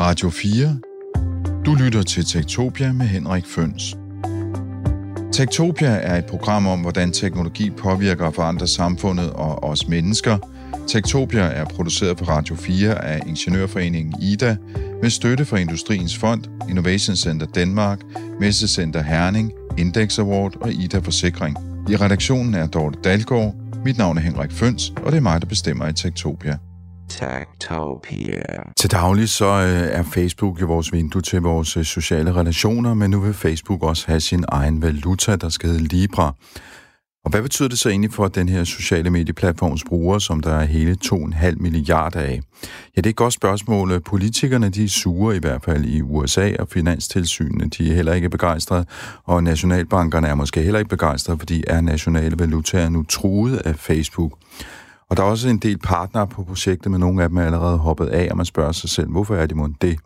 Radio 4. Du lytter til Techtopia med Henrik Føns. Techtopia er et program om, hvordan teknologi påvirker og forandrer samfundet og os mennesker. Techtopia er produceret på Radio 4 af Ingeniørforeningen IDA med støtte fra Industriens Fond, Innovation Center Danmark, Messecenter Herning, Index Award og IDA Forsikring. I redaktionen er Dorte Dalgaard. Mit navn er Henrik Føns, og det er mig, der bestemmer i Techtopia. Techtopia. Til daglig så er Facebook jo vores vindue til vores sociale relationer, men nu vil Facebook også have sin egen valuta, der skal hedde Libra. Og hvad betyder det så egentlig for den her sociale medieplatforms brugere, som der er hele 2,5 milliarder af? Ja, det er et godt spørgsmål. Politikerne, de er sure i hvert fald i USA, og finanstilsynene, de er heller ikke begejstrede, og nationalbankerne er måske heller ikke begejstrede, fordi er nationale valutaer nu truet af Facebook. Og der er også en del partnere på projektet, men nogle af dem er allerede hoppet af, og man spørger sig selv, hvorfor er de mon det?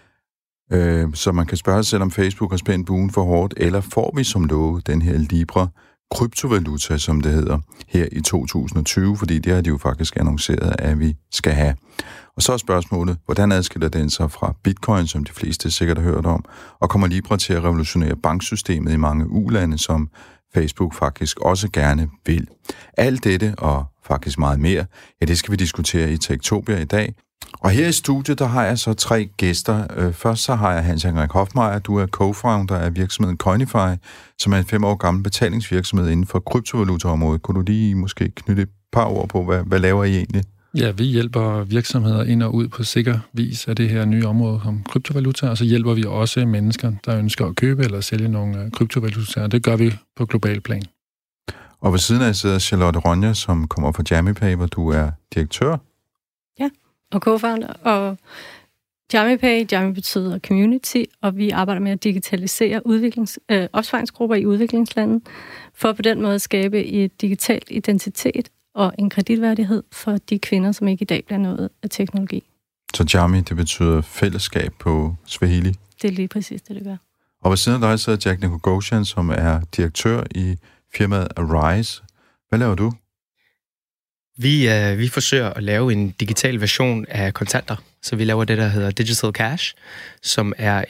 Så man kan spørge sig selv, om Facebook har spændt buen for hårdt, eller får vi som lovet den her Libra kryptovaluta, som det hedder, her i 2020, fordi det har de jo faktisk annonceret, at vi skal have. Og så er spørgsmålet, hvordan adskiller den sig fra Bitcoin, som de fleste sikkert har hørt om, og kommer Libra til at revolutionere banksystemet i mange ulande, som Facebook faktisk også gerne vil. Alt dette og faktisk meget mere, ja, det skal vi diskutere i Techtopia i dag. Og her i studiet, der har jeg så 3 gæster. Først så har jeg Hans Henrik Hofmeier. Du er co-founder af virksomheden Coinify, som er en 5 år gammel betalingsvirksomhed inden for kryptovalutaområdet. Kunne du lige måske knytte et par ord på, hvad laver I egentlig? Ja, vi hjælper virksomheder ind og ud på sikker vis af det her nye område om kryptovaluta, og så hjælper vi også mennesker, der ønsker at købe eller sælge nogle kryptovalutaer. Det gør vi på global plan. Og ved siden af sidder Charlotte Ronja, som kommer fra JammyPay, hvor du er direktør. Ja, og co-founder. Og Jammy betyder community, og vi arbejder med at digitalisere opsparingsgrupper i udviklingslandet, for på den måde at skabe et digitalt identitet og en kreditværdighed for de kvinder, som ikke i dag bliver nået af teknologi. Så Jammy, det betyder fællesskab på Swahili? Det er lige præcis det gør. Og ved siden af dig sidder Jack Nicogosian, som er direktør i firmaet Arise. Hvad laver du? Vi forsøger at lave en digital version af kontanter. Så vi laver det, der hedder Digital Cash, som er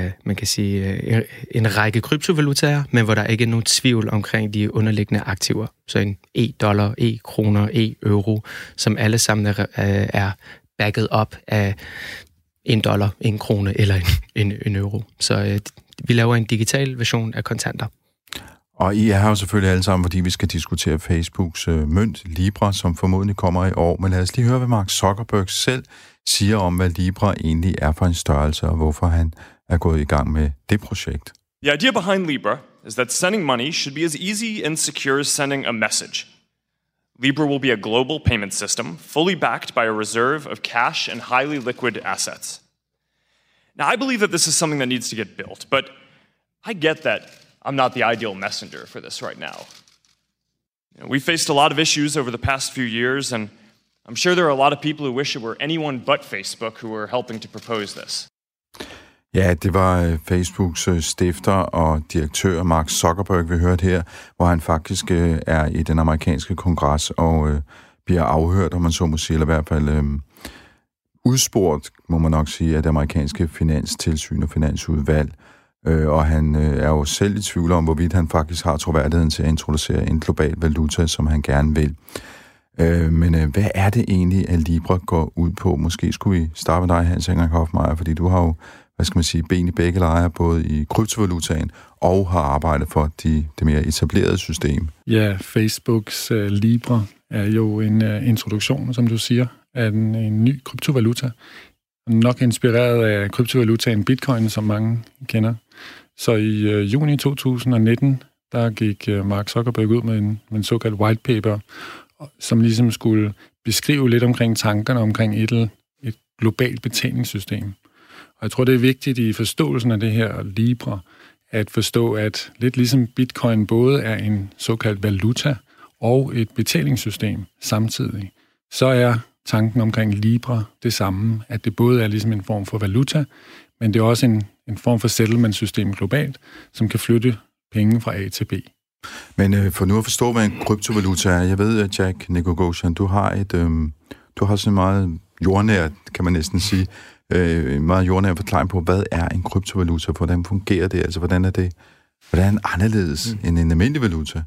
en række kryptovalutaer, men hvor der ikke er nogen tvivl omkring de underliggende aktiver. Så en e-dollar, e-kroner, e-euro, som alle sammen er backet op af $1, 1 krone eller en euro. Så vi laver en digital version af kontanter. Og I er her jo selvfølgelig alle sammen, fordi vi skal diskutere Facebooks mønt, Libra, som formodentlig kommer i år. Men lad os lige høre, hvad Mark Zuckerberg selv siger om, hvad Libra egentlig er for en størrelse, og hvorfor han er gået i gang med det projekt. The idea behind Libra is that sending money should be as easy and secure as sending a message. Libra will be a global payment system, fully backed by a reserve of cash and highly liquid assets. Now, I believe that this is something that needs to get built, but I get that I'm not the ideal messenger for this right now. We faced a lot of issues over the past few years, and I'm sure there are a lot of people who wish it were anyone but Facebook who were helping to propose this. Ja, det var Facebooks stifter og direktør Mark Zuckerberg, vi hørte her, hvor han faktisk er i den amerikanske kongres og bliver afhørt, om man så må sige, eller i hvert fald udspurgt, må man nok sige, af det amerikanske finanstilsyn og finansudvalg. Og han er jo selv i tvivl om, hvorvidt han faktisk har troværdigheden til at introducere en global valuta, som han gerne vil. Men hvad er det egentlig, at Libra går ud på? Måske skulle vi starte med dig, Hans Henrik Hofmeier, fordi du har jo, ben i begge lejre, både i kryptovalutaen og har arbejdet for det mere etablerede system. Ja, Facebooks Libra er jo en introduktion, som du siger, af en ny kryptovaluta. Nok inspireret af kryptovalutaen Bitcoin, som mange kender. Så i juni 2019, der gik Mark Zuckerberg ud med en såkaldt white paper, som ligesom skulle beskrive lidt omkring tankerne omkring et globalt betalingssystem. Og jeg tror, det er vigtigt i forståelsen af det her Libra, at forstå, at lidt ligesom Bitcoin både er en såkaldt valuta og et betalingssystem samtidig, så er tanken omkring Libra det samme, at det både er ligesom en form for valuta, men det er også en form for settlement-system globalt, som kan flytte penge fra A til B. Men for nu at forstå, hvad en kryptovaluta er, jeg ved, at Jack Nicogosian, du har sådan meget jordnært, kan man næsten sige, en meget jordnær forklaring på, hvad er en kryptovaluta? Hvordan fungerer det? Altså, hvordan er det anderledes end en almindelig valuta?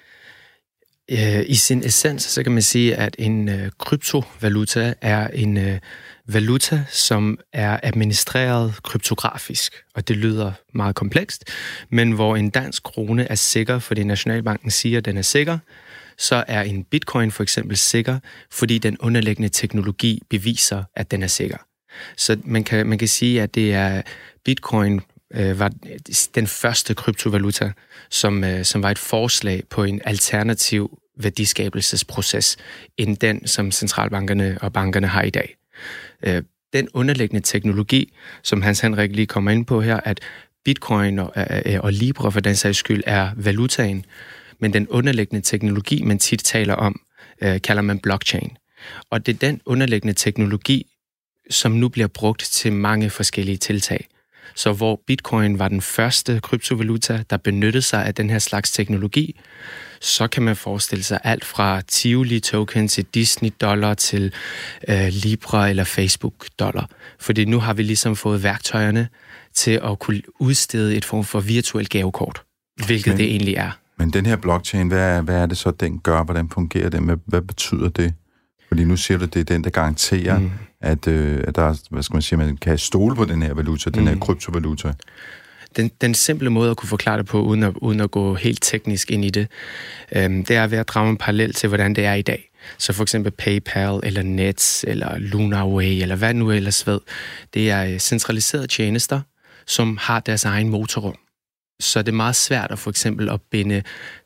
I sin essens, så kan man sige, at en kryptovaluta er en valuta, som er administreret kryptografisk, og det lyder meget komplekst, men hvor en dansk krone er sikker, fordi Nationalbanken siger, at den er sikker, så er en bitcoin for eksempel sikker, fordi den underliggende teknologi beviser, at den er sikker. Så man kan sige, at det er bitcoin var den første kryptovaluta, som var et forslag på en alternativ værdiskabelsesproces end den, som centralbankerne og bankerne har i dag. Den underliggende teknologi, som Hans Henrik lige kommer ind på her, at bitcoin og Libra for den sags skyld er valutaen, men den underliggende teknologi, man tit taler om, kalder man blockchain. Og det er den underliggende teknologi, som nu bliver brugt til mange forskellige tiltag. Så hvor bitcoin var den første kryptovaluta, der benyttede sig af den her slags teknologi, så kan man forestille sig alt fra Tivoli token til Disney dollar til Libra eller Facebook dollar. Fordi nu har vi ligesom fået værktøjerne til at kunne udstede et form for virtuelt gavekort, hvilket det egentlig er. Men den her blockchain, hvad er det så, den gør? Hvordan fungerer det? Hvad betyder det? Fordi nu siger du, det er den, der garanterer, at der, hvad skal man sige, man kan stole på den her valuta, den her kryptovaluta. Den simple måde at kunne forklare det på, uden at gå helt teknisk ind i det, det er ved at drage en parallel til, hvordan det er i dag. Så for eksempel PayPal, eller Nets, eller LunarWay, eller hvad nu ellers ved. Det er centraliserede tjenester, som har deres egen motorrum. Så det er meget svært at for eksempel at binde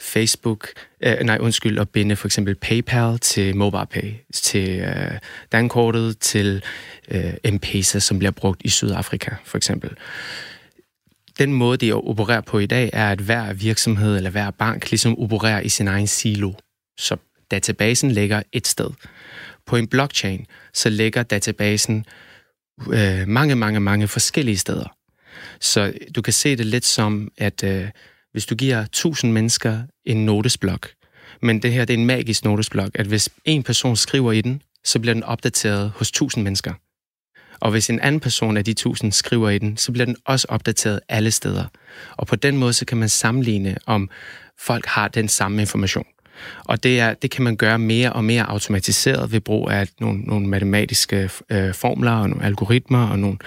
at binde for eksempel PayPal til MobilePay, til dankortet, til M-Pesa, som bliver brugt i Sydafrika for eksempel. Den måde, de opererer på i dag, er, at hver virksomhed eller hver bank ligesom opererer i sin egen silo. Så databasen ligger et sted. På en blockchain, så ligger databasen mange forskellige steder. Så du kan se det lidt som, at hvis du giver 1000 mennesker en notesblok, men det her det er en magisk notesblok, at hvis en person skriver i den, så bliver den opdateret hos 1000 mennesker. Og hvis en anden person af de 1000 skriver i den, så bliver den også opdateret alle steder. Og på den måde, så kan man sammenligne, om folk har den samme information. Og det kan man gøre mere og mere automatiseret ved brug af nogle matematiske formler og nogle algoritmer og nogle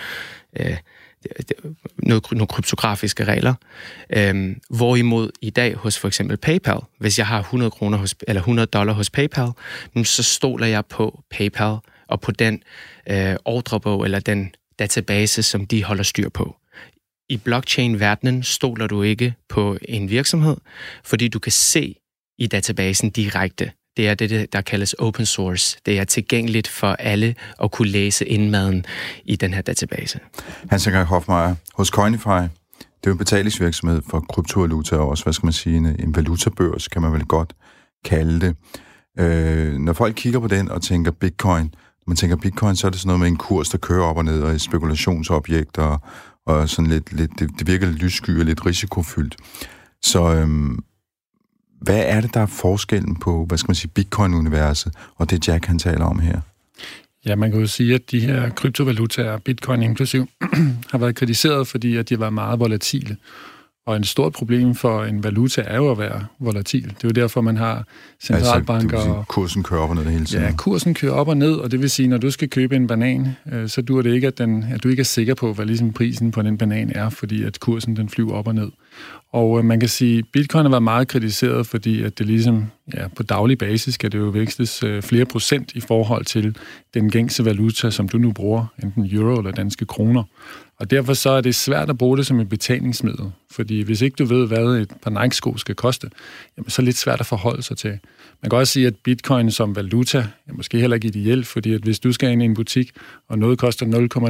kryptografiske regler. Hvorimod i dag hos for eksempel PayPal, hvis jeg har $100 hos PayPal, så stoler jeg på PayPal og på den ordrebog eller den database, som de holder styr på. I blockchain-verdenen stoler du ikke på en virksomhed, fordi du kan se i databasen direkte. Det er det, der kaldes open source. Det er tilgængeligt for alle at kunne læse indmaden i den her database. Hans Henrik Hofmeier, hos Coinify, det er jo en betalingsvirksomhed for kryptovaluta og også, hvad skal man sige, en valutabørs, kan man vel godt kalde det. Når folk kigger på den og tænker bitcoin, når man tænker bitcoin, så er det sådan noget med en kurs, der kører op og ned, og et spekulationsobjekt, og sådan lidt det virker lidt lyssky og lidt risikofyldt. Så hvad er det, der er forskellen på, hvad skal man sige, bitcoin-universet, og det Jack, han taler om her? Ja, man kan jo sige, at de her kryptovalutaer, bitcoin inklusiv, har været kritiseret, fordi at de var meget volatile. Og et stort problem for en valuta er jo at være volatil. Det er jo derfor, man har centralbanker. Altså, kursen kører op og ned hele tiden. Ja, kursen kører op og ned, og det vil sige, når du skal købe en banan, så dur det ikke, at du ikke er sikker på, hvad ligesom prisen på den banan er, fordi at kursen den flyver op og ned. Og man kan sige, at bitcoin har været meget kritiseret, fordi at det ligesom, på daglig basis skal det jo vækstes flere procent i forhold til den gængse valuta, som du nu bruger, enten euro eller danske kroner. Og derfor så er det svært at bruge det som et betalingsmiddel, fordi hvis ikke du ved, hvad et par Nike-sko skal koste, jamen, så er det lidt svært at forholde sig til. Man kan også sige, at bitcoin som valuta er måske heller ikke ideelt, fordi at hvis du skal ind i en butik, og noget koster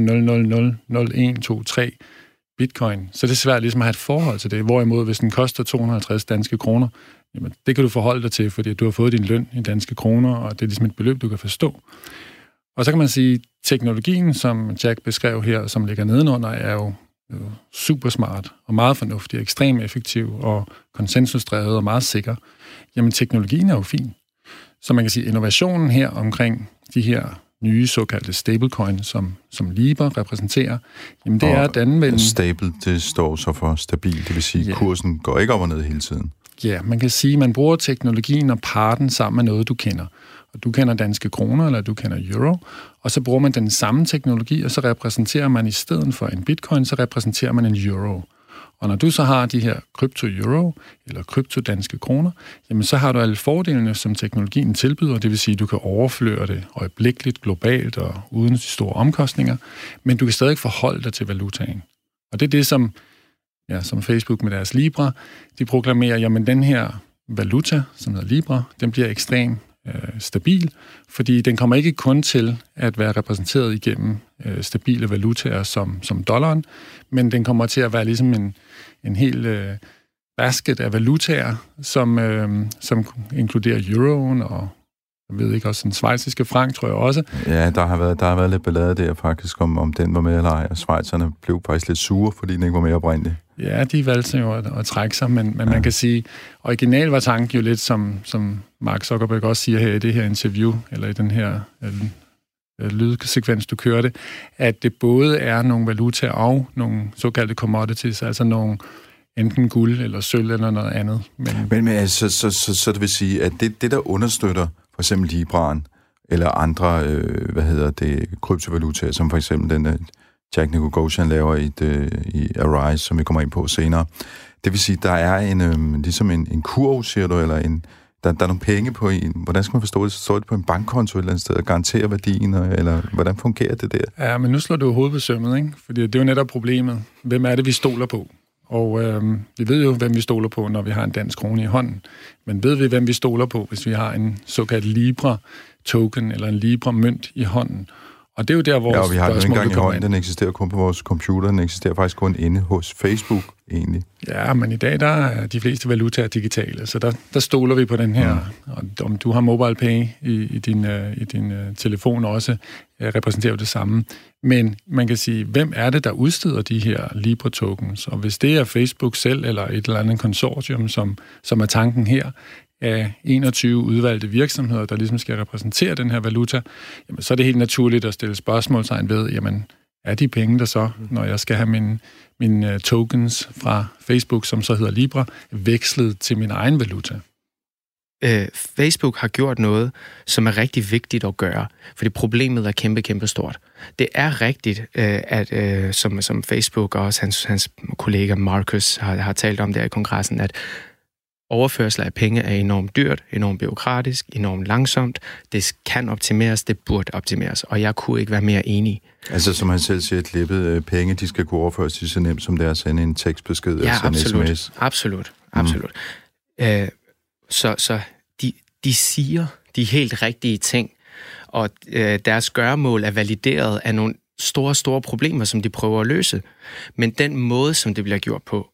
0,0000123 bitcoin, så er det svært ligesom at have et forhold til det. Hvorimod, hvis den koster 250 danske kroner, jamen, det kan du forholde dig til, fordi du har fået din løn i danske kroner, og det er ligesom et beløb, du kan forstå. Og så kan man sige, at teknologien, som Jack beskrev her, som ligger nedenunder, er jo super smart og meget fornuftig, ekstremt effektiv og konsensusdrevet og meget sikker. Jamen, teknologien er jo fin. Så man kan sige, at innovationen her omkring de her nye såkaldte stablecoin, som Libra repræsenterer, jamen det er at anvende... Stable, det står så for stabil, det vil sige, kursen går ikke op og ned hele tiden. Ja, man kan sige, at man bruger teknologien og parer den sammen med noget, du kender. Og du kender danske kroner, eller du kender euro, og så bruger man den samme teknologi, og så repræsenterer man i stedet for en bitcoin, så repræsenterer man en euro. Og når du så har de her krypto-euro, eller krypto-danske kroner, jamen så har du alle fordelene, som teknologien tilbyder, det vil sige, at du kan overføre det øjeblikkeligt, globalt og uden de store omkostninger, men du kan stadig forholde dig til valutaen. Og det er det, som Facebook med deres Libra, de proklamerer, jamen den her valuta, som hedder Libra, den bliver ekstremt stabil, fordi den kommer ikke kun til at være repræsenteret igennem stabile valutaer som dollaren, men den kommer til at være ligesom en hel basket af valutaer, som inkluderer euroen og jeg ved ikke, også den schweiziske franc, tror jeg også. Ja, der har været lidt ballade der faktisk, om den var med eller ej, og schweizerne blev faktisk lidt sure, fordi den ikke var mere oprindelig. Ja, de valgte jo at trække sig, men man kan sige, original var tanken jo lidt, som Mark Zuckerberg også siger her i det her interview, eller i den her lydsekvens, du kørte, at det både er nogle valutaer og nogle såkaldte commodities, altså nogle enten guld eller sølv eller noget andet. Men altså, så det vil sige, at det der understøtter for eksempel Libraen eller andre, kryptovalutaer, som for eksempel den Jack Nicogosian laver i Arise, som vi kommer ind på senere. Det vil sige, der er ligesom en kurv, siger du, eller der er nogle penge på en. Hvordan skal man forstå det? Så står det på en bankkonto et eller andet sted og garanterer værdien, eller hvordan fungerer det der? Ja, men nu slår du hovedet på sømmet, ikke? Fordi det er jo netop problemet. Hvem er det, vi stoler på? Og vi ved jo, hvem vi stoler på, når vi har en dansk krone i hånden. Men ved vi, hvem vi stoler på, hvis vi har en såkaldt Libra-token eller en Libra-mønt i hånden? Og det er jo der, hvor ja, og vi har den ikke engang i hånden. Den eksisterer kun på vores computer. Den eksisterer faktisk kun inde hos Facebook, egentlig. Ja, men i dag, der er de fleste valutaer digitale, så der stoler vi på den her. Og om du har MobilePay i din telefon også, repræsenterer jo det samme. Men man kan sige, hvem er det, der udsteder de her Libra-tokens? Og hvis det er Facebook selv, eller et eller andet konsortium, som er tanken her, af 21 udvalgte virksomheder, der ligesom skal repræsentere den her valuta, jamen, så er det helt naturligt at stille spørgsmålstegn ved, jamen, er de penge der så, når jeg skal have mine tokens fra Facebook, som så hedder Libra, vekslet til min egen valuta? Facebook har gjort noget, som er rigtig vigtigt at gøre, fordi problemet er kæmpe stort. Det er rigtigt, at som Facebook og også hans kollega Marcus har talt om der i kongressen, at overførsel af penge er enormt dyrt, enormt bureaukratisk, enormt langsomt. Det kan optimeres, det burde optimeres, og jeg kunne ikke være mere enig. Altså, som han selv siger, klippet penge, de skal kunne overføres lige så nemt, som det er at sende en tekstbesked eller en sms. Absolut. Så de siger de helt rigtige ting, og deres gøremål er valideret af nogle store problemer, som de prøver at løse. Men den måde, som det bliver gjort på,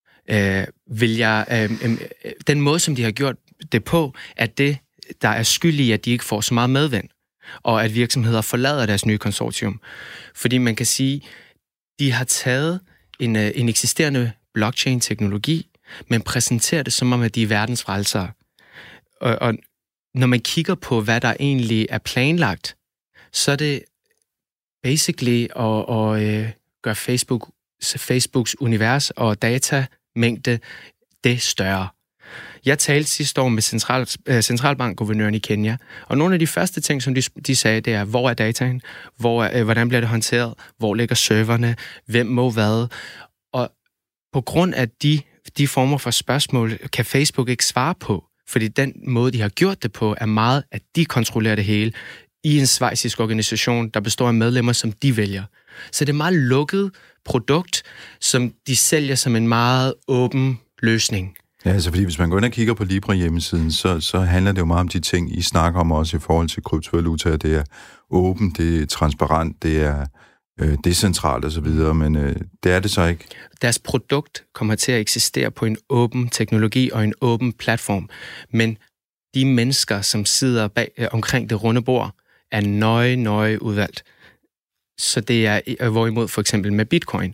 den måde, som de har gjort det på, er det, der er skyld i, at de ikke får så meget medvind, og at virksomheder forlader deres nye konsortium. Fordi man kan sige, de har taget en eksisterende blockchain-teknologi, men præsenterer det som om, at de er verdens frelsere. Og når man kigger på, hvad der egentlig er planlagt, så er det basically at gøre Facebooks univers og datamængde det større. Jeg talte sidste år med centralbankguvernøren i Kenya, og nogle af de første ting, som de sagde, det er, hvor er dataen? Hvordan bliver det håndteret? Hvor ligger serverne? Hvem må hvad? Og på grund af de former for spørgsmål, kan Facebook ikke svare på, fordi den måde, de har gjort det på, er meget, at de kontrollerer det hele i en schweizisk organisation, der består af medlemmer, som de vælger. Så det er et meget lukket produkt, som de sælger som en meget åben løsning. Ja, altså fordi hvis man går ind og kigger på Libra hjemmesiden, så handler det jo meget om de ting, I snakker om også i forhold til kryptovaluta. Det er åbent, det er transparent, det er decentralt og så videre, men det er det så ikke. Deres produkt kommer til at eksistere på en åben teknologi og en åben platform, men de mennesker, som sidder omkring det runde bord, er nøje udvalgt. Så det er hvorimod for eksempel med Bitcoin.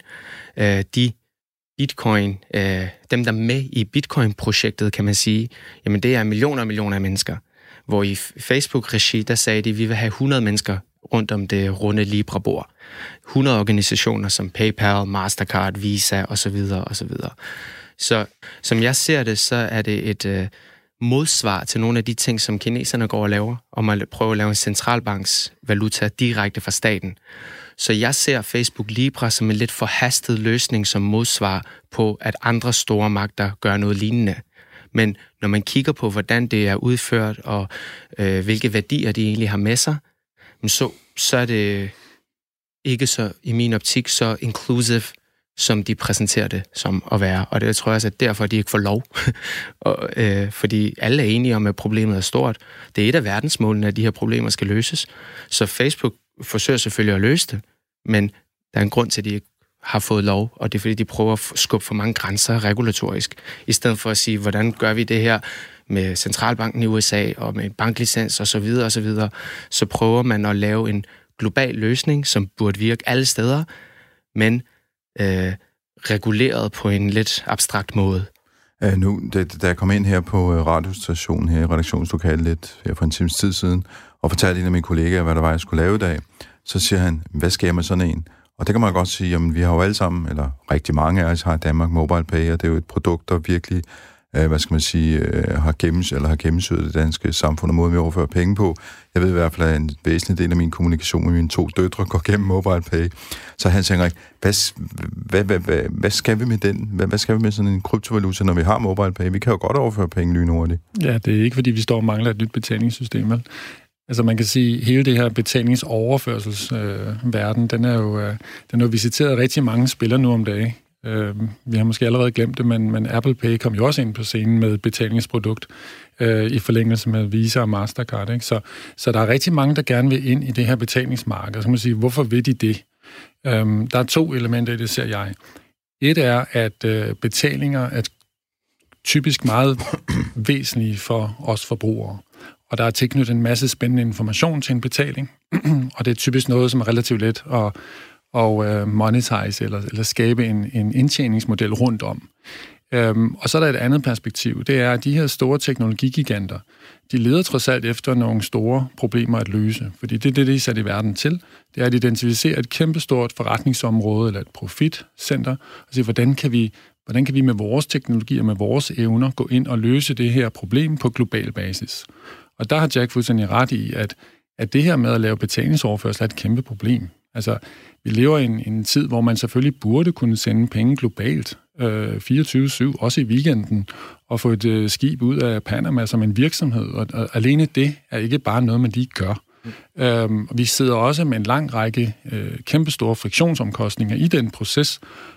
Dem der er med i Bitcoin-projektet, kan man sige, jamen det er millioner af mennesker. Hvor i Facebook-regi, der sagde de, at vi vil have 100 mennesker rundt om det runde Libra-bord. 100 organisationer som PayPal, Mastercard, Visa osv. osv. Så som jeg ser det, så er det et modsvar til nogle af de ting, som kineserne går og laver, om at prøve at lave en centralbanksvaluta direkte fra staten. Så jeg ser Facebook Libra som en lidt forhastet løsning som modsvar på, at andre store magter gør noget lignende. Men når man kigger på, hvordan det er udført, og hvilke værdier de egentlig har med sig, så er det ikke så, i min optik, så inclusive, som de præsenterer det som at være. Og det tror jeg også, at derfor de ikke får lov. Fordi alle er enige om, at problemet er stort. Det er et af verdensmålene, at de her problemer skal løses. Så Facebook forsøger selvfølgelig at løse det, men der er en grund til, at de ikke har fået lov, og det er fordi, de prøver at skubbe for mange grænser regulatorisk, i stedet for at sige, hvordan gør vi det her med centralbanken i USA og med banklicens osv., så prøver man at lave en global løsning, som burde virke alle steder, men reguleret på en lidt abstrakt måde. Da jeg kom ind her på radiostationen her i redaktionslokalet lidt her for en times tid siden, og fortalte en af mine kollegaer, hvad der var, jeg skulle lave i dag, så siger han, hvad skal jeg med sådan en? Og det kan man godt sige, jamen vi har jo alle sammen, eller rigtig mange af os har Danmark Mobile Pay, og det er jo et produkt, der virkelig, har gennemsyret det danske samfund og måden, vi overfører penge på. Jeg ved i hvert fald, at en væsentlig del af min kommunikation med mine 2 døtre går gennem Mobile Pay. Så han siger, hvad skal vi med den? Hvad skal vi med sådan en kryptovaluta, når vi har Mobile Pay? Vi kan jo godt overføre penge lynhurtigt. Ja, det er ikke, fordi vi står og mangler et nyt betalingssystem, vel? Altså man kan sige, at hele det her betalingsoverførselsverden, den er jo visiteret rigtig mange spillere nu om dagen. Vi har måske allerede glemt det, men Apple Pay kom jo også ind på scenen med et betalingsprodukt i forlængelse med Visa og Mastercard. Ikke? Så der er rigtig mange, der gerne vil ind i det her betalingsmarked. Så kan man sige, hvorfor vil de det? Der er 2 elementer i det, ser jeg. Et er, at betalinger er typisk meget væsentlige for os forbrugere. Og der er tilknyttet en masse spændende information til en betaling, og det er typisk noget, som er relativt let at monetize eller skabe en indtjeningsmodel rundt om. Og så er der et andet perspektiv, det er, at de her store teknologigiganter, de leder trods alt efter nogle store problemer at løse, fordi det er det, de er sat i verden til. Det er at identificere et kæmpestort forretningsområde eller et profitcenter, og se, hvordan kan vi med vores teknologi og med vores evner gå ind og løse det her problem på global basis. Og der har Jack fuldstændig ret i, at det her med at lave betalingsoverførsel er et kæmpe problem. Altså, vi lever i en tid, hvor man selvfølgelig burde kunne sende penge globalt, 24/7, også i weekenden, og få et skib ud af Panama som en virksomhed. Og alene det er ikke bare noget, man lige gør. Vi sidder også med en lang række kæmpestore friktionsomkostninger i den proces,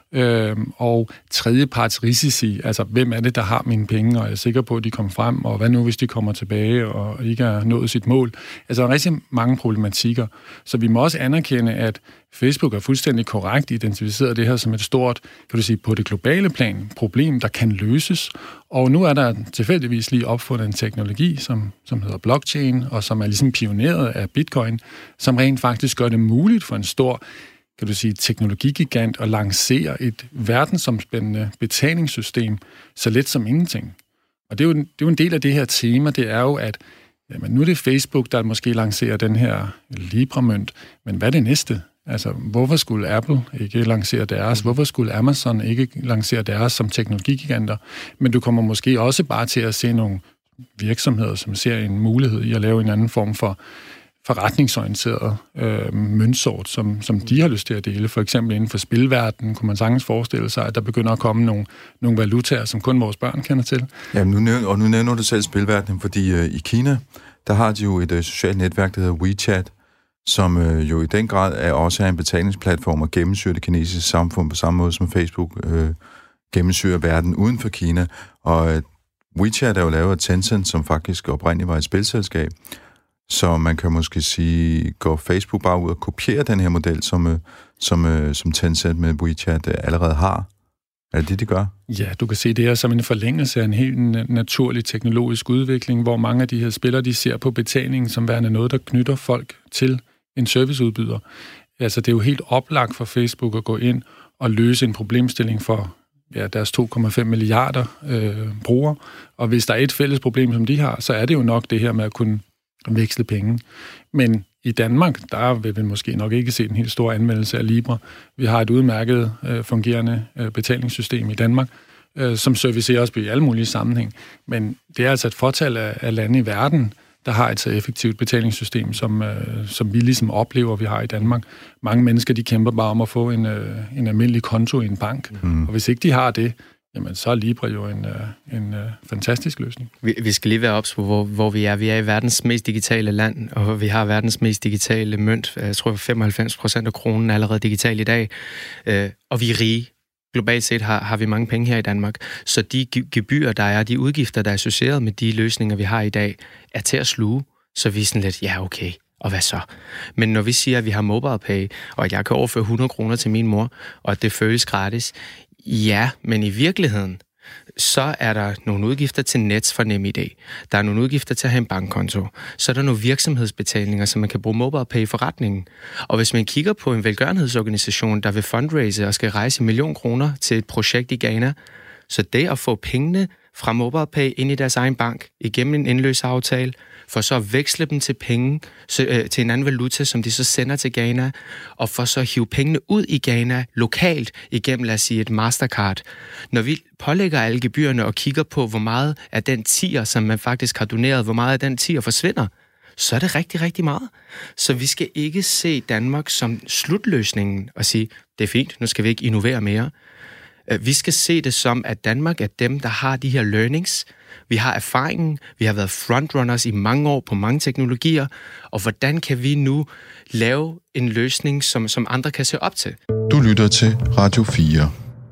og tredjeparts risici, altså hvem er det, der har mine penge, og er sikker på, at de kommer frem, og hvad nu, hvis de kommer tilbage og ikke har nået sit mål. Altså der er rigtig mange problematikker. Så vi må også anerkende, at Facebook er fuldstændig korrekt identificeret det her som et stort, kan du sige, på det globale plan, problem, der kan løses. Og nu er der tilfældigvis lige opfundet en teknologi, som hedder blockchain, og som er ligesom pioneret af Bitcoin, som rent faktisk gør det muligt for en stor, kan du sige, teknologigigant at lancere et verdensomspændende betalingssystem så let som ingenting. Og det er jo en del af det her tema, det er jo, at jamen, nu er det Facebook, der måske lancerer den her Libra-mønt, men hvad er det næste? Altså, hvorfor skulle Apple ikke lancere deres? Hvorfor skulle Amazon ikke lancere deres som teknologigiganter? Men du kommer måske også bare til at se nogle virksomheder, som ser en mulighed i at lave en anden form for forretningsorienteret møntsort, som de har lyst til at dele. For eksempel inden for spilverdenen kunne man sagtens forestille sig, at der begynder at komme nogle valutaer, som kun vores børn kender til. Ja, nu nævner du selv spilverdenen, fordi i Kina, der har de jo et socialt netværk, der hedder WeChat, som jo i den grad også er en betalingsplatform og gennemsyrer det kinesiske samfund på samme måde som Facebook gennemsyrer verden uden for Kina. Og WeChat er jo lavet af Tencent, som faktisk oprindeligt var et spilselskab. Så man kan måske sige, går Facebook bare ud og kopierer den her model, som Tencent med WeChat allerede har. Er det det, de gør? Ja, du kan se det her som en forlængelse af en helt naturlig teknologisk udvikling, hvor mange af de her spillere, de ser på betalingen som værende noget, der knytter folk til en serviceudbyder. Altså, det er jo helt oplagt for Facebook at gå ind og løse en problemstilling for deres 2,5 milliarder brugere. Og hvis der er et fælles problem, som de har, så er det jo nok det her med at kunne veksle penge. Men i Danmark, der vil vi måske nok ikke se en helt stor anvendelse af Libra. Vi har et udmærket fungerende betalingssystem i Danmark, som servicerer os i alle mulige sammenhæng. Men det er altså et fortal af lande i verden, der har et så effektivt betalingssystem, som vi ligesom oplever, vi har i Danmark. Mange mennesker, de kæmper bare om at få en almindelig konto i en bank. Og hvis ikke de har det, jamen så er Libra jo en fantastisk løsning. Vi skal lige være ops på, hvor vi er. Vi er i verdens mest digitale land, og vi har verdens mest digitale mønt. Jeg tror, 95% af kronen er allerede digital i dag. Og vi er rige. Globalt set har vi mange penge her i Danmark. Så de gebyrer, der er, de udgifter, der er associeret med de løsninger, vi har i dag, er til at sluge. Så vi er sådan lidt, ja okay, og hvad så? Men når vi siger, at vi har MobilePay, og at jeg kan overføre 100 kroner til min mor, og at det føles gratis, ja, men i virkeligheden, så er der nogle udgifter til Nets fra NemID. Der er nogle udgifter til at have en bankkonto. Så er der nogle virksomhedsbetalinger, så man kan bruge MobilePay i forretningen. Og hvis man kigger på en velgørenhedsorganisation, der vil fundraise og skal rejse 1 million kroner til et projekt i Ghana, så det at få pengene fra MobilePay ind i deres egen bank igennem en indløsaftale, for så at veksle dem til penge, til en anden valuta, som de så sender til Ghana, og for så at hive pengene ud i Ghana lokalt igennem, lad os sige, et Mastercard. Når vi pålægger alle gebyrerne og kigger på, hvor meget af den tier, som man faktisk har doneret, hvor meget af den tier forsvinder, så er det rigtig, rigtig meget. Så vi skal ikke se Danmark som slutløsningen og sige, det er fint, nu skal vi ikke innovere mere. Vi skal se det som, at Danmark er dem, der har de her learnings. Vi har erfaringen, vi har været frontrunners i mange år på mange teknologier, og hvordan kan vi nu lave en løsning, som andre kan se op til? Du lytter til Radio 4.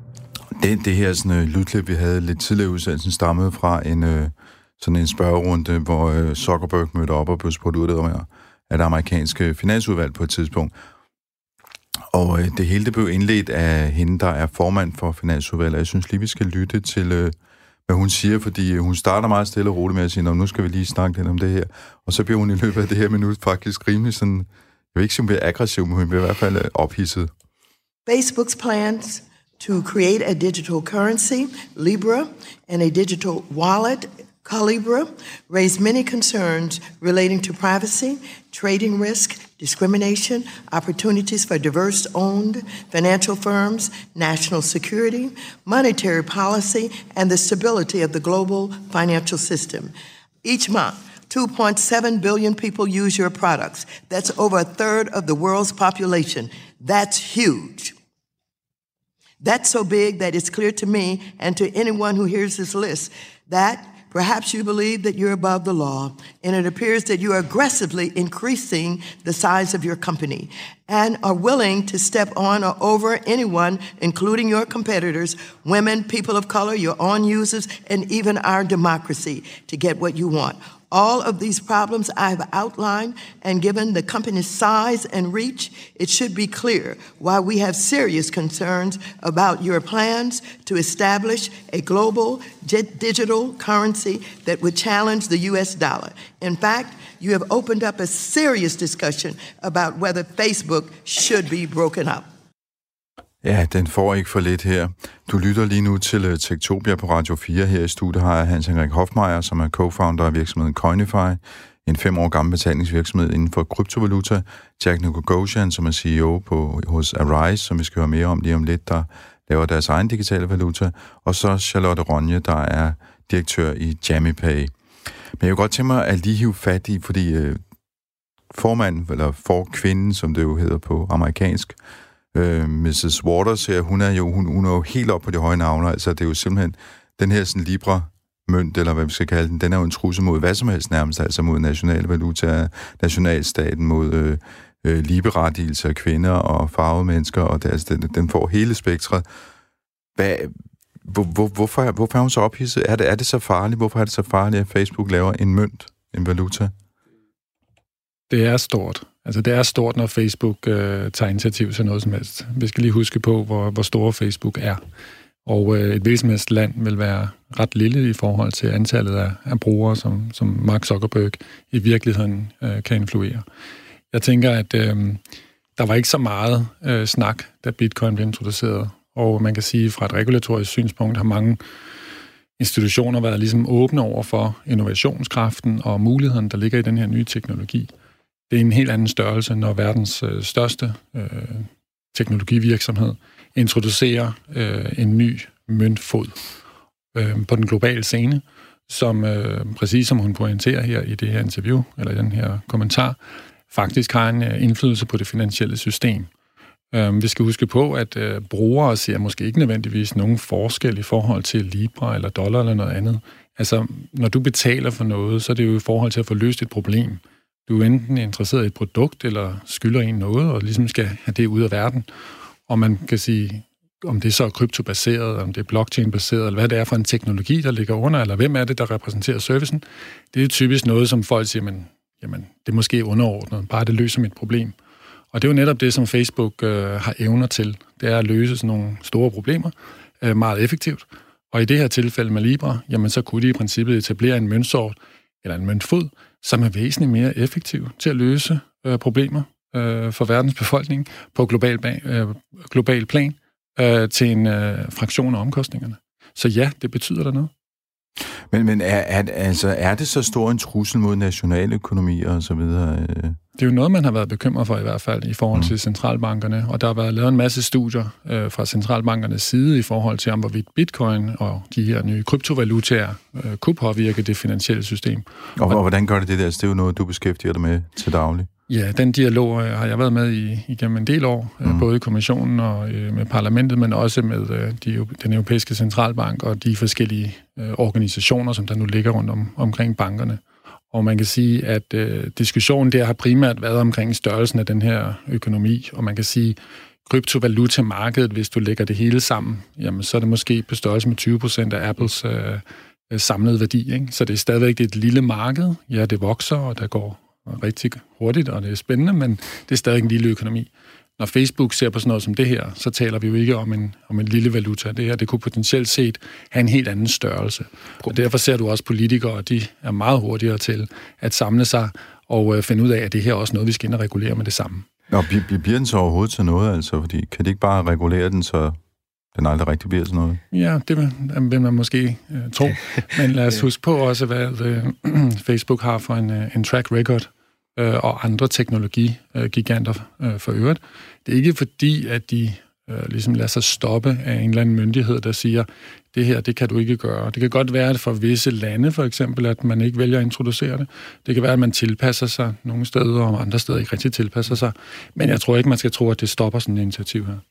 Det her sådan, lydklip, vi havde lidt tidligere udsendelsen, stammede fra sådan en spørgerunde, hvor Zuckerberg mødte op og blev spurgt ud af det amerikanske finansudvalg på et tidspunkt. Og det hele det blev indledt af hende, der er formand for finansudvalget. Jeg synes lige, vi skal lytte til, hvad hun siger, fordi hun starter meget stille og roligt med at sige, nu skal vi lige snakke lidt om det her. Og så bliver hun i løbet af det her minut faktisk rimelig sådan, jeg vil ikke sige, hun bliver aggressiv, men hun bliver i hvert fald ophidset. Facebook's plans to create a digital currency, Libra, and a digital wallet, Calibra, raised many concerns relating to privacy, trading risk, discrimination, opportunities for diverse-owned financial firms, national security, monetary policy, and the stability of the global financial system. Each month, 2.7 billion people use your products. That's over a third of the world's population. That's huge. That's so big that it's clear to me and to anyone who hears this list that perhaps you believe that you're above the law, and it appears that you are aggressively increasing the size of your company and are willing to step on or over anyone, including your competitors, women, people of color, your own users, and even our democracy to get what you want. All of these problems I've outlined, and given the company's size and reach, it should be clear why we have serious concerns about your plans to establish a global digital currency that would challenge the US dollar. In fact, you have opened up a serious discussion about whether Facebook should be broken up. Ja, den får ikke for lidt her. Du lytter lige nu til Techtopia på Radio 4. Her i studiet har jeg Hans Henrik Hofmeier, som er co-founder af virksomheden Coinify, en 5 år gammel betalingsvirksomhed inden for kryptovaluta. Jack Ngogosian, som er CEO hos Arise, som vi skal høre mere om lige om lidt, der laver deres egen digitale valuta. Og så Charlotte Ronje, der er direktør i JamiPay. Men jeg vil godt tænke mig at lige hive fat i, fordi formanden, eller forkvinden, som det jo hedder på amerikansk, Mrs. Waters her, hun er jo helt op på de høje navne, altså det er jo simpelthen den her sådan Libra-mønt, eller hvad vi skal kalde den er jo en trussel mod hvad som helst nærmest, altså mod nationale valuta, nationalstaten, mod ligeberettigelse af kvinder og farvede mennesker, og det, altså, den får hele spektret. Hvorfor er hun så ophidset? Er det så farligt? Hvorfor er det så farligt, at Facebook laver en mønt, en valuta? Det er stort. Altså, det er stort, når Facebook tager initiativ til noget som helst. Vi skal lige huske på, hvor store Facebook er. Og et hvilket land vil være ret lille i forhold til antallet af brugere, som Mark Zuckerberg i virkeligheden kan influere. Jeg tænker, at der var ikke så meget snak, da Bitcoin blev introduceret. Og man kan sige, at fra et regulatorisk synspunkt har mange institutioner været ligesom åbne over for innovationskraften og mulighederne, der ligger i den her nye teknologi. Det er en helt anden størrelse, når verdens største teknologivirksomhed introducerer en ny møntfod på den globale scene, som præcis som hun pointerer her i det her interview, eller i den her kommentar, faktisk har en indflydelse på det finansielle system. Vi skal huske på, at brugere ser måske ikke nødvendigvis nogen forskel i forhold til Libra eller dollar eller noget andet. Altså, når du betaler for noget, så er det jo i forhold til at få løst et problem. Du er enten interesseret i et produkt, eller skylder en noget, og ligesom skal have det ud af verden. Og man kan sige, om det så er kryptobaseret, om det er blockchain-baseret, eller hvad det er for en teknologi, der ligger under, eller hvem er det, der repræsenterer servicen. Det er typisk noget, som folk siger, jamen, det er måske underordnet, bare det løser mit problem. Og det er jo netop det, som Facebook har evner til. Det er at løse sådan nogle store problemer meget effektivt. Og i det her tilfælde med Libra, jamen så kunne de i princippet etablere en møntsort eller en møntfod, som er væsentligt mere effektiv til at løse problemer for verdens befolkning på global plan til en fraktion af omkostningerne. Så ja, det betyder der noget. Men er det så stor en trussel mod nationaløkonomier og så videre? Det er jo noget, man har været bekymret for i hvert fald i forhold til centralbankerne, og der har været lavet en masse studier fra centralbankernes side i forhold til, om hvorvidt bitcoin og de her nye kryptovalutaer kunne påvirke det finansielle system. Og hvordan gør det der? Det er jo noget, du beskæftiger dig med til daglig. Ja, den dialog har jeg været med igennem en del år, både i kommissionen og med parlamentet, men også med den europæiske centralbank og de forskellige organisationer, som der nu ligger rundt omkring bankerne. Og man kan sige, at diskussionen der har primært været omkring størrelsen af den her økonomi, og man kan sige, kryptovalutamarkedet, hvis du lægger det hele sammen, jamen så er det måske på størrelse med 20% af Apples samlede værdi. Ikke? Så det er stadigvæk et lille marked. Ja, det vokser, og der går rigtig hurtigt, og det er spændende, men det er stadig en lille økonomi. Når Facebook ser på sådan noget som det her, så taler vi jo ikke om en lille valuta. Det her, det kunne potentielt set have en helt anden størrelse. Og derfor ser du også politikere, og de er meget hurtigere til at samle sig og finde ud af, at det her er også noget, vi skal ind og regulere med det samme. Og bliver den så overhovedet til noget, altså? Fordi kan de ikke bare regulere den, så den aldrig rigtig bliver sådan noget? Ja, det vil man måske tro. Men lad os huske på også, hvad Facebook har for en track record og andre teknologigiganter for øvrigt. Det er ikke fordi, at de ligesom lader sig stoppe af en eller anden myndighed, der siger, det her, det kan du ikke gøre. Det kan godt være, at for visse lande, for eksempel, at man ikke vælger at introducere det. Det kan være, at man tilpasser sig nogle steder, og andre steder ikke rigtig tilpasser sig. Men jeg tror ikke, man skal tro, at det stopper sådan et initiativ her.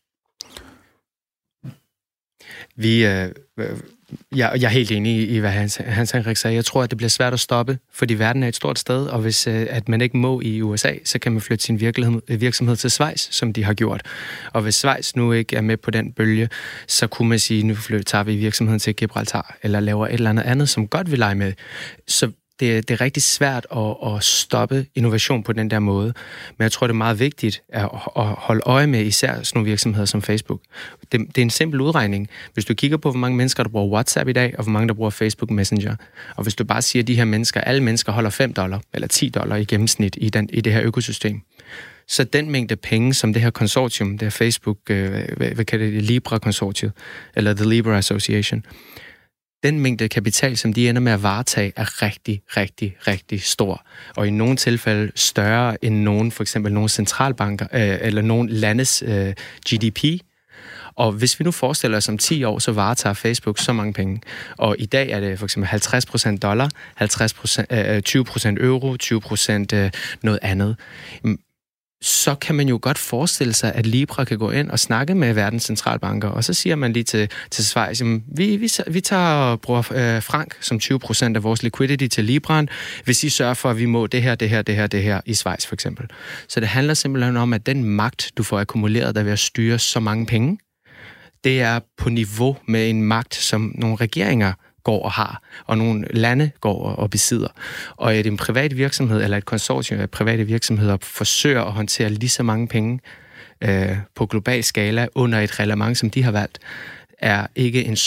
Jeg er helt enig i, hvad Hans Henrik sagde. Jeg tror, at det bliver svært at stoppe, fordi verden er et stort sted, og hvis at man ikke må i USA, så kan man flytte sin virksomhed til Schweiz, som de har gjort. Og hvis Schweiz nu ikke er med på den bølge, så kunne man sige, nu tager vi virksomheden til Gibraltar, eller laver et eller andet, som godt vil lege med. Så det er rigtig svært at stoppe innovation på den der måde. Men jeg tror, det er meget vigtigt at holde øje med især sådan nogle virksomheder som Facebook. Det er en simpel udregning. Hvis du kigger på, hvor mange mennesker, der bruger WhatsApp i dag, og hvor mange, der bruger Facebook Messenger, og hvis du bare siger, at de her mennesker, alle mennesker holder $5 eller $10 i gennemsnit i det her økosystem, så den mængde penge, som det her konsortium, det her Facebook, hvad kalder det, Libra-konsortiet, eller The Libra Association, den mængde kapital, som de ender med at varetage, er rigtig, rigtig, rigtig stor. Og i nogle tilfælde større end nogen, for eksempel nogle centralbanker, eller nogle landes GDP. Og hvis vi nu forestiller os om 10 år, så varetager Facebook så mange penge. Og i dag er det for eksempel 50% dollar, 20% euro, 20% noget andet. Så kan man jo godt forestille sig, at Libra kan gå ind og snakke med verdens centralbanker, og så siger man lige til Schweiz, vi tager og bruger frank som 20% af vores liquidity til Libraen, hvis I sørger for, at vi må det her i Schweiz for eksempel. Så det handler simpelthen om, at den magt, du får akkumuleret, der ved at styre så mange penge, det er på niveau med en magt, som nogle regeringer går og har, og nogle lande går og besidder. Og at en privat virksomhed, eller et konsortium af private virksomheder, forsøger at håndtere lige så mange penge på global skala under et reglement, som de har valgt, er ikke en sund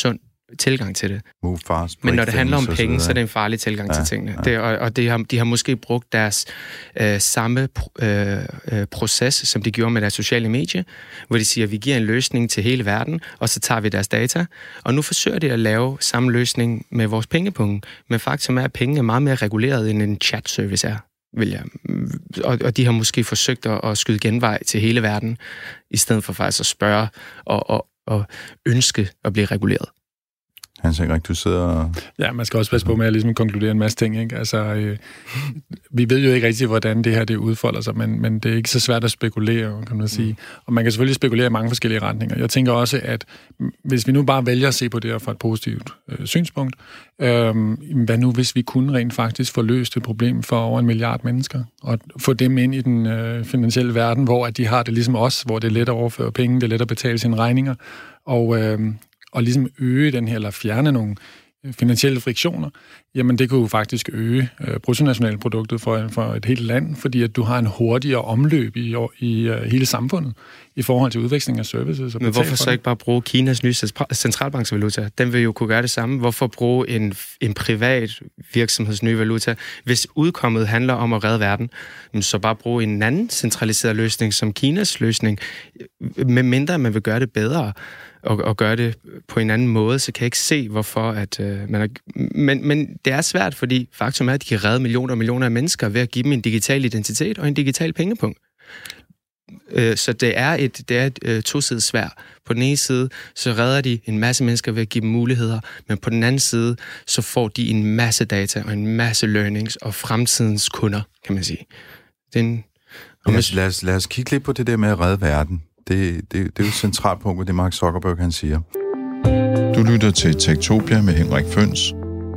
tilgang til det. Move fast, men når det handler om penge, så er det en farlig tilgang til tingene. Ja. De har måske brugt deres samme proces, som de gjorde med deres sociale medier, hvor de siger, at vi giver en løsning til hele verden, og så tager vi deres data. Og nu forsøger de at lave samme løsning med vores pengepunkt. Men faktum er, at penge er meget mere reguleret, end en chat-service er. Og de har måske forsøgt at skyde genvej til hele verden, i stedet for faktisk at spørge og ønske at blive reguleret. Hans Henrik, du sidder... Ja, man skal også passe på med at ligesom konkludere en masse ting, ikke? Altså, vi ved jo ikke rigtig, hvordan det her det udfolder sig, men det er ikke så svært at spekulere, kan man sige. Og man kan selvfølgelig spekulere i mange forskellige retninger. Jeg tænker også, at hvis vi nu bare vælger at se på det her fra et positivt synspunkt, hvad nu hvis vi kunne rent faktisk få løst et problem for over 1 milliard mennesker, og få dem ind i den finansielle verden, hvor at de har det ligesom os, hvor det er let at overføre penge, det er let at betale sine regninger, og ligesom øge den her, eller fjerne nogle finansielle friktioner, jamen det kunne jo faktisk øge bruttonationalproduktet for et helt land, fordi at du har en hurtigere omløb i hele samfundet i forhold til udveksling af services. Men hvorfor så ikke bare bruge Kinas nye centralbanksvaluta? Den vil jo kunne gøre det samme. Hvorfor bruge en privat virksomheds nye valuta? Hvis udkommet handler om at redde verden, så bare bruge en anden centraliseret løsning som Kinas løsning, med mindre man vil gøre det bedre og gøre det på en anden måde, så kan jeg ikke se, hvorfor at man er... Men det er svært, fordi faktum er, at de kan redde millioner og millioner af mennesker ved at give dem en digital identitet og en digital pengepunkt. Så det er et tosidigt sværd. På den ene side, så redder de en masse mennesker ved at give dem muligheder, men på den anden side, så får de en masse data og en masse learnings og fremtidens kunder, kan man sige. Lad os kigge lidt på det der med at redde verden. Det er jo et centralt punkt, hvad det Mark Zuckerberg han siger. Du lytter til Techtopia med Henrik Føns.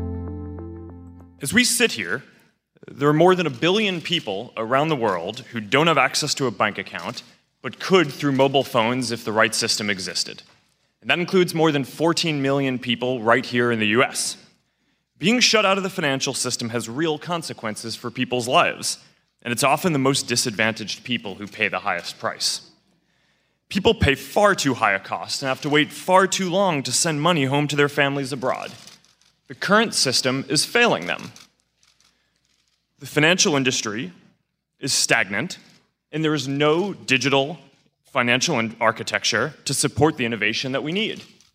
As we sit here, there are more than 1 billion people around the world who don't have access to a bank account, but could through mobile phones if the right system existed. And that includes more than 14 million people right here in the US. Being shut out of the financial system has real consequences for people's lives, and it's often the most disadvantaged people who pay the highest price. People pay far too high a cost and have to wait far too long to send money home to their families abroad. The current system is failing them. The financial industry is stagnant, and there is no digital financial architecture to support the innovation that we need.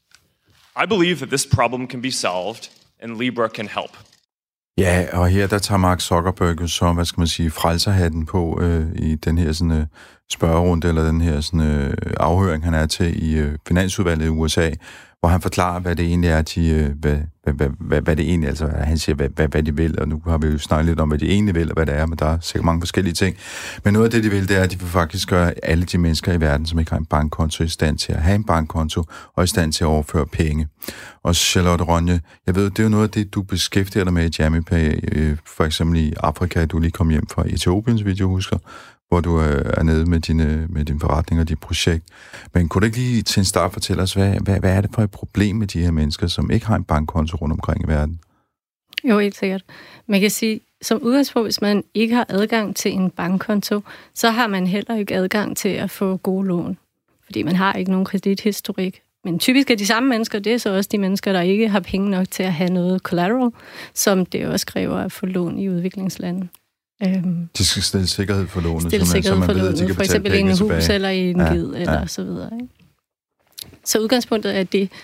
I believe that this problem can be solved, and Libra can help. Ja, og her der tager Mark Zuckerberg så, hvad skal man sige, frelserhatten på i den her sådan spørgerunde, eller den her sådan afhøring, han er til i Finansudvalget i USA, hvor han forklarer, hvad det egentlig er, hvad det egentlig, altså han siger, hvad de vil, og nu har vi jo snakket lidt om, hvad de egentlig vil, og hvad det er, men der er sikkert mange forskellige ting. Men noget af det, de vil, det er, at de vil faktisk gøre alle de mennesker i verden, som ikke har en bankkonto, i stand til at have en bankkonto, og i stand til at overføre penge. Og Charlotte Ronje, jeg ved, det er jo noget af det, du beskæftiger dig med i JamiPay, for eksempel i Afrika, du lige kom hjem fra Etiopien, så vidt jeg husker, hvor du er nede med din forretning og dit projekt. Men kunne du ikke lige til en start fortælle os, hvad er det for et problem med de her mennesker, som ikke har en bankkonto rundt omkring i verden? Jo, helt sikkert. Man kan sige, som udgangspunkt, hvis man ikke har adgang til en bankkonto, så har man heller ikke adgang til at få gode lån, fordi man har ikke nogen kredithistorik. Men typisk er de samme mennesker, det er så også de mennesker, der ikke har penge nok til at have noget collateral, som det også kræver at få lån i udviklingslande. De skal stille sikkerhed for lånet, så man ved, at de kan for eksempel i en hus tilbage. eller i en ged eller så videre. Ikke? Så udgangspunktet er det,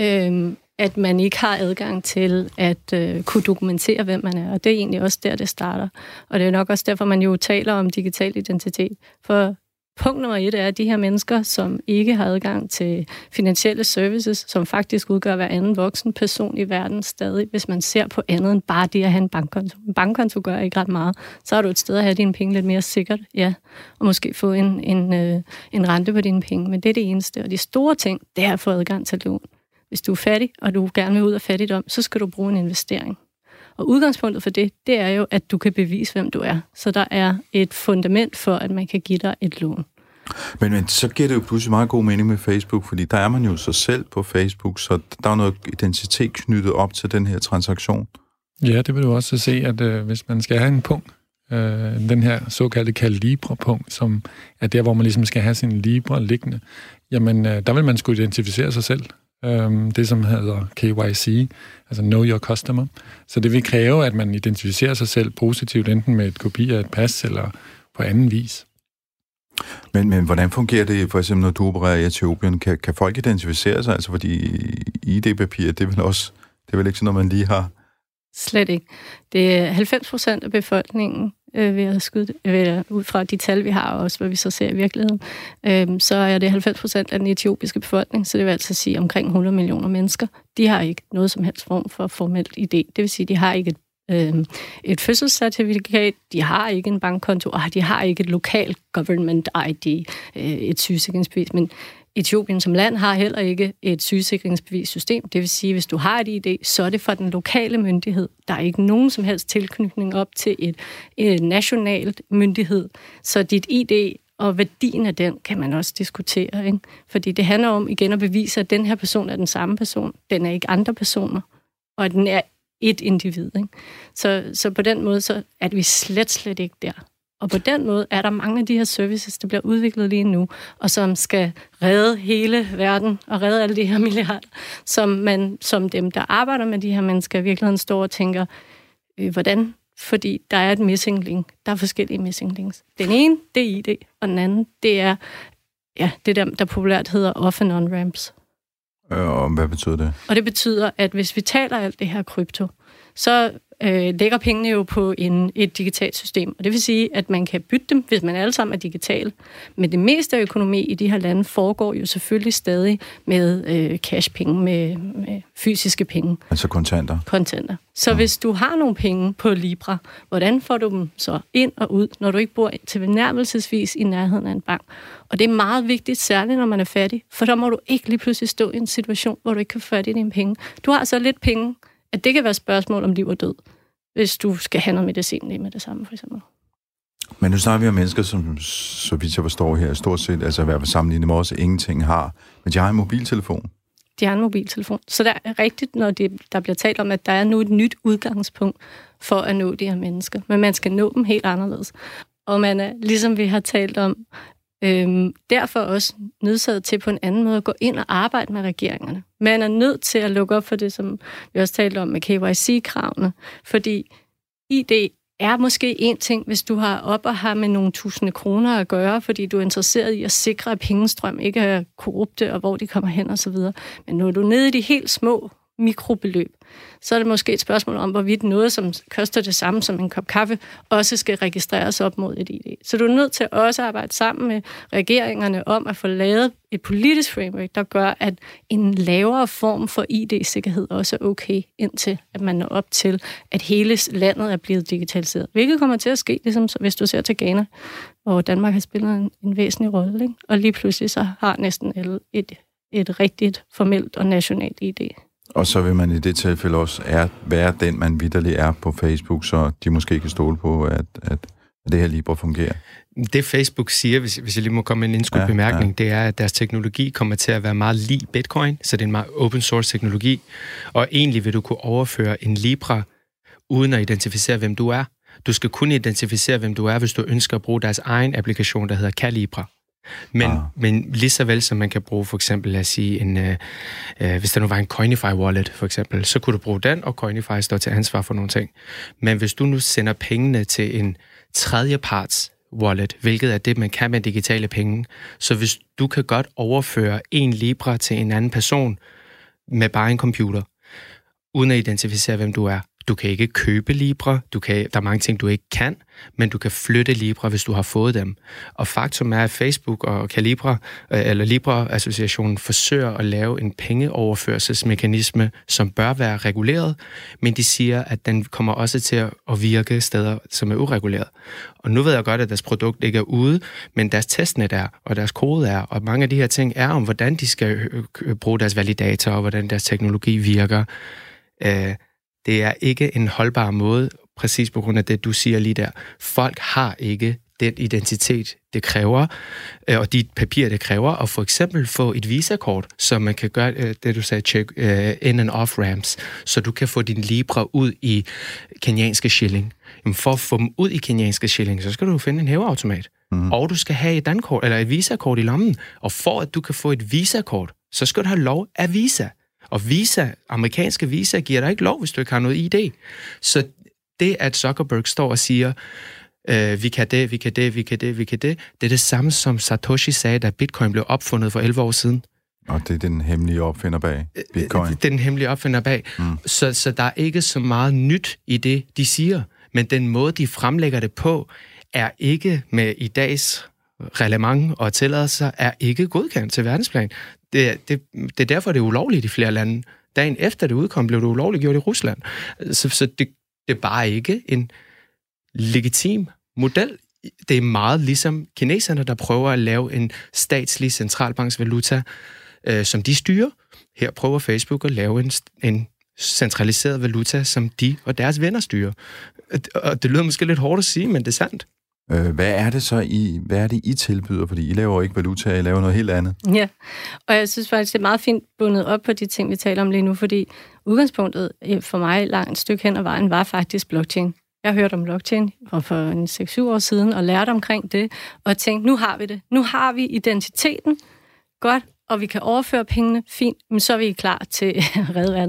at man ikke har adgang til at kunne dokumentere, hvem man er. Og det er egentlig også der, det starter. Og det er nok også derfor, man jo taler om digital identitet. For punkt nummer 1 er, at de her mennesker, som ikke har adgang til finansielle services, som faktisk udgør hver anden voksen person i verden stadig, hvis man ser på andet end bare det at have en bankkonto. En bankkonto gør ikke ret meget. Så har du et sted at have dine penge lidt mere sikkert, ja, og måske få en rente på dine penge. Men det er det eneste. Og de store ting, det er at få adgang til lån. Hvis du er fattig, og du gerne vil ud af fattigdom, så skal du bruge en investering. Og udgangspunktet for det er jo, at du kan bevise, hvem du er. Så der er et fundament for, at man kan give dig et lån. Men så giver det jo pludselig meget god mening med Facebook, fordi der er man jo sig selv på Facebook, så der er noget identitet knyttet op til den her transaktion. Ja, det vil du også se, at hvis man skal have en punkt, den her såkaldte Calibra-punkt, som er der, hvor man ligesom skal have sin Libra liggende, jamen der vil man skulle identificere sig selv. det som hedder KYC, altså Know Your Customer. Så det vil kræve, at man identificerer sig selv positivt, enten med et kopi af et pas eller på anden vis. Men hvordan fungerer det, for eksempel, når du opererer i Etiopien? Kan folk identificere sig? Altså, fordi ID-papir, det er vel ikke sådan noget, man lige har? Slet ikke. Det er 90% af befolkningen, ud fra de tal, vi har, og også hvad vi så ser i virkeligheden, så er det 90% af den etiopiske befolkning, så det vil altså sige omkring 100 millioner mennesker. De har ikke noget som helst form for formelt ID. Det vil sige, de har ikke et fødselscertifikat, de har ikke en bankkonto, og de har ikke et lokal government ID, et sygesikringsbevis, men Etiopien som land har heller ikke et sygesikringsbevissystem. Det vil sige, hvis du har et ID, så er det fra den lokale myndighed. Der er ikke nogen som helst tilknytning op til et nationalt myndighed. Så dit ID og værdien af den kan man også diskutere, ikke? Fordi det handler om igen at bevise, at den her person er den samme person. Den er ikke andre personer, og den er et individ, ikke? Så på den måde så er vi slet ikke der. Og på den måde er der mange af de her services, der bliver udviklet lige nu, og som skal redde hele verden og redde alle de her milliarder, som dem, der arbejder med de her mennesker, i virkeligheden står og tænker, hvordan? Fordi der er et missing link. Der er forskellige missing links. Den ene, det er ID, og den anden, det er det der populært hedder off- and on-ramps. Og hvad betyder det? Og det betyder, at hvis vi taler alt det her krypto, så lægger pengene jo på et digitalt system. Og det vil sige, at man kan bytte dem, hvis man alle sammen er digitale. Men det meste af økonomi i de her lande foregår jo selvfølgelig stadig med cashpenge, med fysiske penge. Altså kontanter? Kontanter. Så hvis du har nogle penge på Libra, hvordan får du dem så ind og ud, når du ikke bor tilnærmelsesvis i nærheden af en bank? Og det er meget vigtigt, særligt når man er fattig, for der må du ikke lige pludselig stå i en situation, hvor du ikke kan få fat i dine penge. Du har så lidt penge, at det kan være spørgsmål om liv og død, hvis du skal have noget medicin lige med det samme, for eksempel. Men nu snakker vi om mennesker, som, så vidt jeg forstår her, stort set, altså i hvert fald sammenlignet med også ingenting har, men de har en mobiltelefon. De har en mobiltelefon. Så det er rigtigt, når der bliver talt om, at der er nu et nyt udgangspunkt for at nå de her mennesker. Men man skal nå dem helt anderledes. Og man er, ligesom vi har talt om, derfor også nødsaget til på en anden måde at gå ind og arbejde med regeringerne. Man er nødt til at lukke op for det, som vi også talte om med KYC-kravene, fordi ID er måske en ting, hvis du har op og har med nogle tusinde kroner at gøre, fordi du er interesseret i at sikre, at pengestrøm ikke er korrupte, og hvor de kommer hen og så videre. Men når du er nede i de helt små mikrobeløb, så er det måske et spørgsmål om, hvorvidt noget, som koster det samme som en kop kaffe, også skal registreres op mod et ID. Så du er nødt til også at arbejde sammen med regeringerne om at få lavet et politisk framework, der gør, at en lavere form for ID-sikkerhed også er okay, indtil at man når op til, at hele landet er blevet digitaliseret. Hvilket kommer til at ske, ligesom hvis du ser til Ghana, hvor Danmark har spillet en væsentlig rolle, ikke? Og lige pludselig så har næsten et rigtigt formelt og nationalt ID. Og så vil man i det tilfælde også være den, man vitterlig er på Facebook, så de måske kan stole på, at det her Libra fungerer. Det Facebook siger, hvis jeg lige må komme med en indskudt bemærkning, det er, at deres teknologi kommer til at være meget lig Bitcoin, så det er en meget open source teknologi, og egentlig vil du kunne overføre en Libra uden at identificere, hvem du er. Du skal kun identificere, hvem du er, hvis du ønsker at bruge deres egen applikation, der hedder Calibra. Men lige så vel som man kan bruge for eksempel, lad os sige, hvis der nu var en Coinify wallet for eksempel, så kunne du bruge den, og Coinify står til ansvar for nogle ting. Men hvis du nu sender pengene til en tredjeparts wallet, hvilket er det, man kan med digitale penge, så hvis du kan godt overføre en Libra til en anden person med bare en computer, uden at identificere, hvem du er. Du kan ikke købe Libra, der er mange ting, du ikke kan, men du kan flytte Libra, hvis du har fået dem. Og faktum er, at Facebook og Libra-associationen forsøger at lave en pengeoverførselsmekanisme, som bør være reguleret, men de siger, at den kommer også til at virke steder, som er ureguleret. Og nu ved jeg godt, at deres produkt ikke er ude, men deres testnet er, og deres kode er, og mange af de her ting er om, hvordan de skal bruge deres validator, og hvordan deres teknologi virker. Det er ikke en holdbar måde, præcis på grund af det, du siger lige der. Folk har ikke den identitet, det kræver, og de papirer, det kræver, at for eksempel få et Visa-kort, så man kan gøre det, du sagde, check in- and off-ramps, så du kan få din Libra ud i kenyanske shilling. Jamen for at få dem ud i kenyanske shilling, så skal du finde en hæveautomat. Og du skal have et dankort, eller et Visa-kort i lommen. Og for at du kan få et Visa-kort, så skal du have lov af Visa. Og amerikanske Visa giver dig ikke lov, hvis du ikke har noget ID. Så det, at Zuckerberg står og siger, vi kan det, det er det samme, som Satoshi sagde, da Bitcoin blev opfundet for 11 år siden. Og det er den hemmelige opfinder bag Bitcoin. Det er den hemmelige opfinder bag. Så der er ikke så meget nyt i det, de siger. Men den måde, de fremlægger det på, er ikke med i dags reglement og tilladelser, er ikke godkendt til verdensplan. Det er derfor, det er ulovligt i flere lande. Dagen efter det udkom, blev det ulovligt gjort i Rusland. Så det er bare ikke en legitim model. Det er meget ligesom kineserne, der prøver at lave en statslig centralbanksvaluta, som de styrer. Her prøver Facebook at lave en centraliseret valuta, som de og deres venner styrer. Og det lyder måske lidt hårdt at sige, men det er sandt. Hvad er det så, I tilbyder? Fordi I laver ikke valuta, I laver noget helt andet. Ja, og jeg synes faktisk, det er meget fint bundet op på de ting, vi taler om lige nu, fordi udgangspunktet for mig langt et stykke hen ad vejen var faktisk blockchain. Jeg hørte om blockchain for en 6-7 år siden og lærte omkring det, og tænkte, nu har vi det. Nu har vi identiteten. Godt. Og vi kan overføre pengene, fint, men så er vi klar til at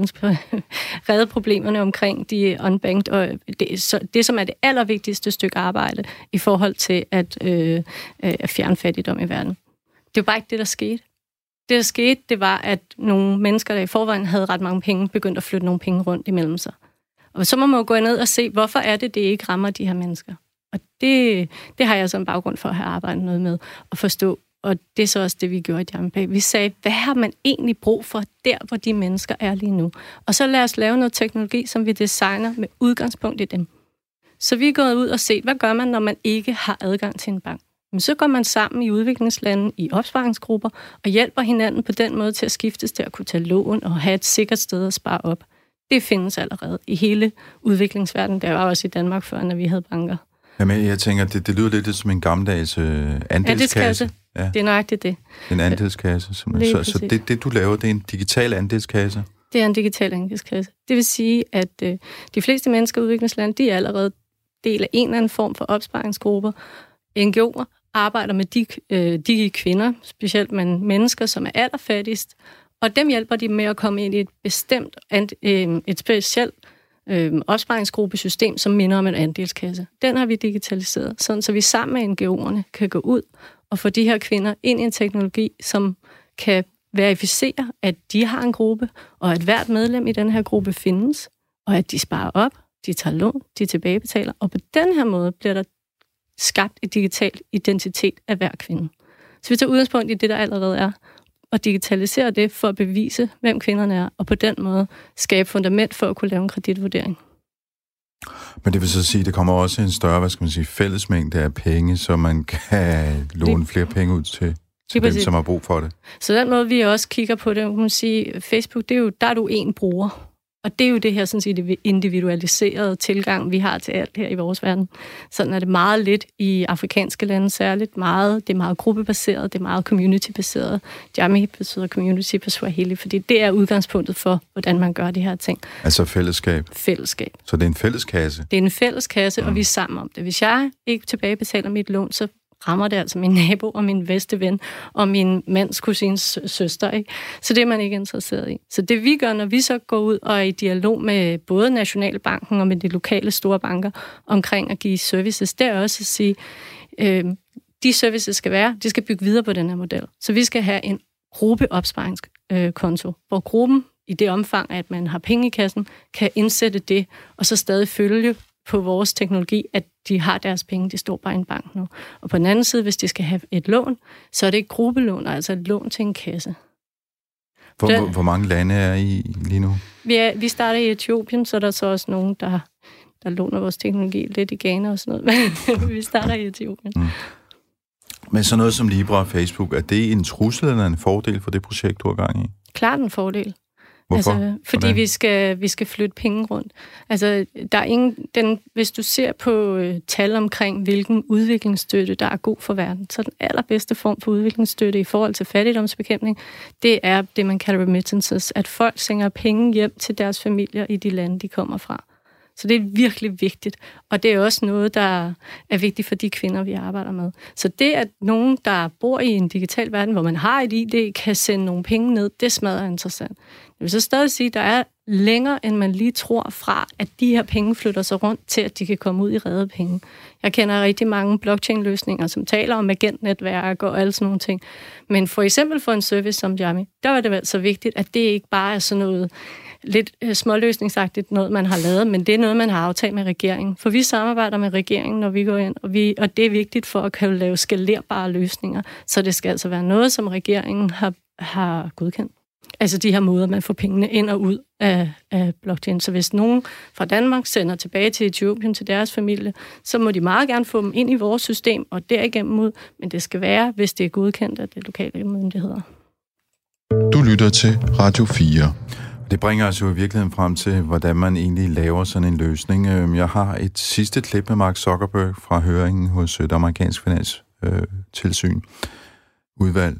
redde problemerne omkring de unbanked, og det, som er det allervigtigste stykke arbejde i forhold til at fjerne fattigdom i verden. Det var bare ikke det, der skete. Det, der skete, det var, at nogle mennesker, der i forvejen havde ret mange penge, begyndte at flytte nogle penge rundt imellem sig. Og så må man jo gå ned og se, hvorfor er det ikke rammer de her mennesker. Og det har jeg så en baggrund for at have arbejdet noget med at forstå. Og det er så også det, vi gjorde i JammyPay. Vi sagde, hvad har man egentlig brug for der, hvor de mennesker er lige nu? Og så lad os lave noget teknologi, som vi designer med udgangspunkt i dem. Så vi er gået ud og set, hvad gør man, når man ikke har adgang til en bank? Men så går man sammen i udviklingslande, i opsparingsgrupper, og hjælper hinanden på den måde til at skiftes til at kunne tage lån og have et sikkert sted at spare op. Det findes allerede i hele udviklingsverdenen. Der var også i Danmark før, når vi havde banker. Jamen, jeg tænker, det lyder lidt som en gammeldags andelskasse. Ja. Det er nøjagtigt det. En andelskasse. Så det, du laver, det er en digital andelskasse? Det er en digital andelskasse. Det vil sige, at de fleste mennesker i udviklingslande, de er allerede del af en eller anden form for opsparingsgrupper. NGO'er arbejder med de kvinder, specielt med mennesker, som er allerfattigst, og dem hjælper de med at komme ind i et specielt opsparingsgruppesystem, som minder om en andelskasse. Den har vi digitaliseret, sådan så vi sammen med NGO'erne kan gå ud og få de her kvinder ind i en teknologi, som kan verificere, at de har en gruppe, og at hvert medlem i den her gruppe findes, og at de sparer op, de tager lån, de tilbagebetaler, og på den her måde bliver der skabt et digitalt identitet af hver kvinde. Så vi tager udgangspunkt i det, der allerede er, og digitalisere det for at bevise, hvem kvinderne er, og på den måde skabe fundament for at kunne lave en kreditvurdering. Men det vil så sige, at det kommer også en større, fællesmængde af penge, så man kan låne flere penge ud til dem, som har brug for det. Så den måde, vi også kigger på det, kan man sige, Facebook, det er jo, der er du en bruger. Og det er jo det her sådan individualiserede tilgang, vi har til alt her i vores verden. Sådan er det meget lidt i afrikanske lande særligt. Det er meget gruppebaseret, det er meget community-baseret. Jammy betyder community på Swahili, fordi det er udgangspunktet for, hvordan man gør de her ting. Altså fællesskab? Fællesskab. Så det er en fælleskasse? Det er en fælleskasse, og vi er sammen om det. Hvis jeg ikke tilbagebetaler mit lån, så rammer det altså min nabo og min bedste ven og min mands kusins søster. Ikke? Så det er man ikke interesseret i. Så det vi gør, når vi så går ud og er i dialog med både Nationalbanken og med de lokale store banker omkring at give services, det er også at sige, de services de skal bygge videre på den her model. Så vi skal have en gruppeopsparingskonto, hvor gruppen i det omfang, at man har penge i kassen, kan indsætte det, og så stadig følge på vores teknologi, at de har deres penge, de står bare i en bank nu. Og på den anden side, hvis de skal have et lån, så er det ikke gruppelån, altså et lån til en kasse. Hvor mange lande er I lige nu? Vi starter i Etiopien, så er der så også nogen, der låner vores teknologi lidt i Ghana og sådan noget, men vi starter i Etiopien. Mm. Men så noget som Libra og Facebook, er det en trussel eller en fordel for det projekt, du har gang i? Klart en fordel. Hvorfor? Altså, fordi vi skal flytte penge rundt. Altså, der er hvis du ser på tal omkring, hvilken udviklingsstøtte, der er god for verden, så den allerbedste form for udviklingsstøtte i forhold til fattigdomsbekæmpning, det er det, man kalder remittances, at folk sender penge hjem til deres familier i de lande, de kommer fra. Så det er virkelig vigtigt, og det er også noget, der er vigtigt for de kvinder, vi arbejder med. Så det, at nogen, der bor i en digital verden, hvor man har et ID, kan sende nogle penge ned, det smadrer interessant. Jeg vil så stadig sige, at der er længere, end man lige tror fra, at de her penge flytter sig rundt til, at de kan komme ud i redde penge. Jeg kender rigtig mange blockchain-løsninger, som taler om agentnetværk og alle sådan nogle ting. Men for eksempel for en service som Jami, der var det altså vigtigt, at det ikke bare er sådan noget lidt småløsningsagtigt noget, man har lavet, men det er noget, man har aftalt med regeringen. For vi samarbejder med regeringen, når vi går ind, og det er vigtigt for at kunne lave skalerbare løsninger. Så det skal altså være noget, som regeringen har godkendt. Altså de her måder, man får pengene ind og ud af blockchain. Så hvis nogen fra Danmark sender tilbage til Etiopien til deres familie, så må de meget gerne få dem ind i vores system og derigennem ud, men det skal være, hvis det er godkendt af det lokale myndigheder. Du lytter til Radio 4. Det bringer os jo i virkeligheden frem til, hvordan man egentlig laver sådan en løsning. Jeg har et sidste klip med Mark Zuckerberg fra høringen hos det amerikanske finanstilsyn udvalg,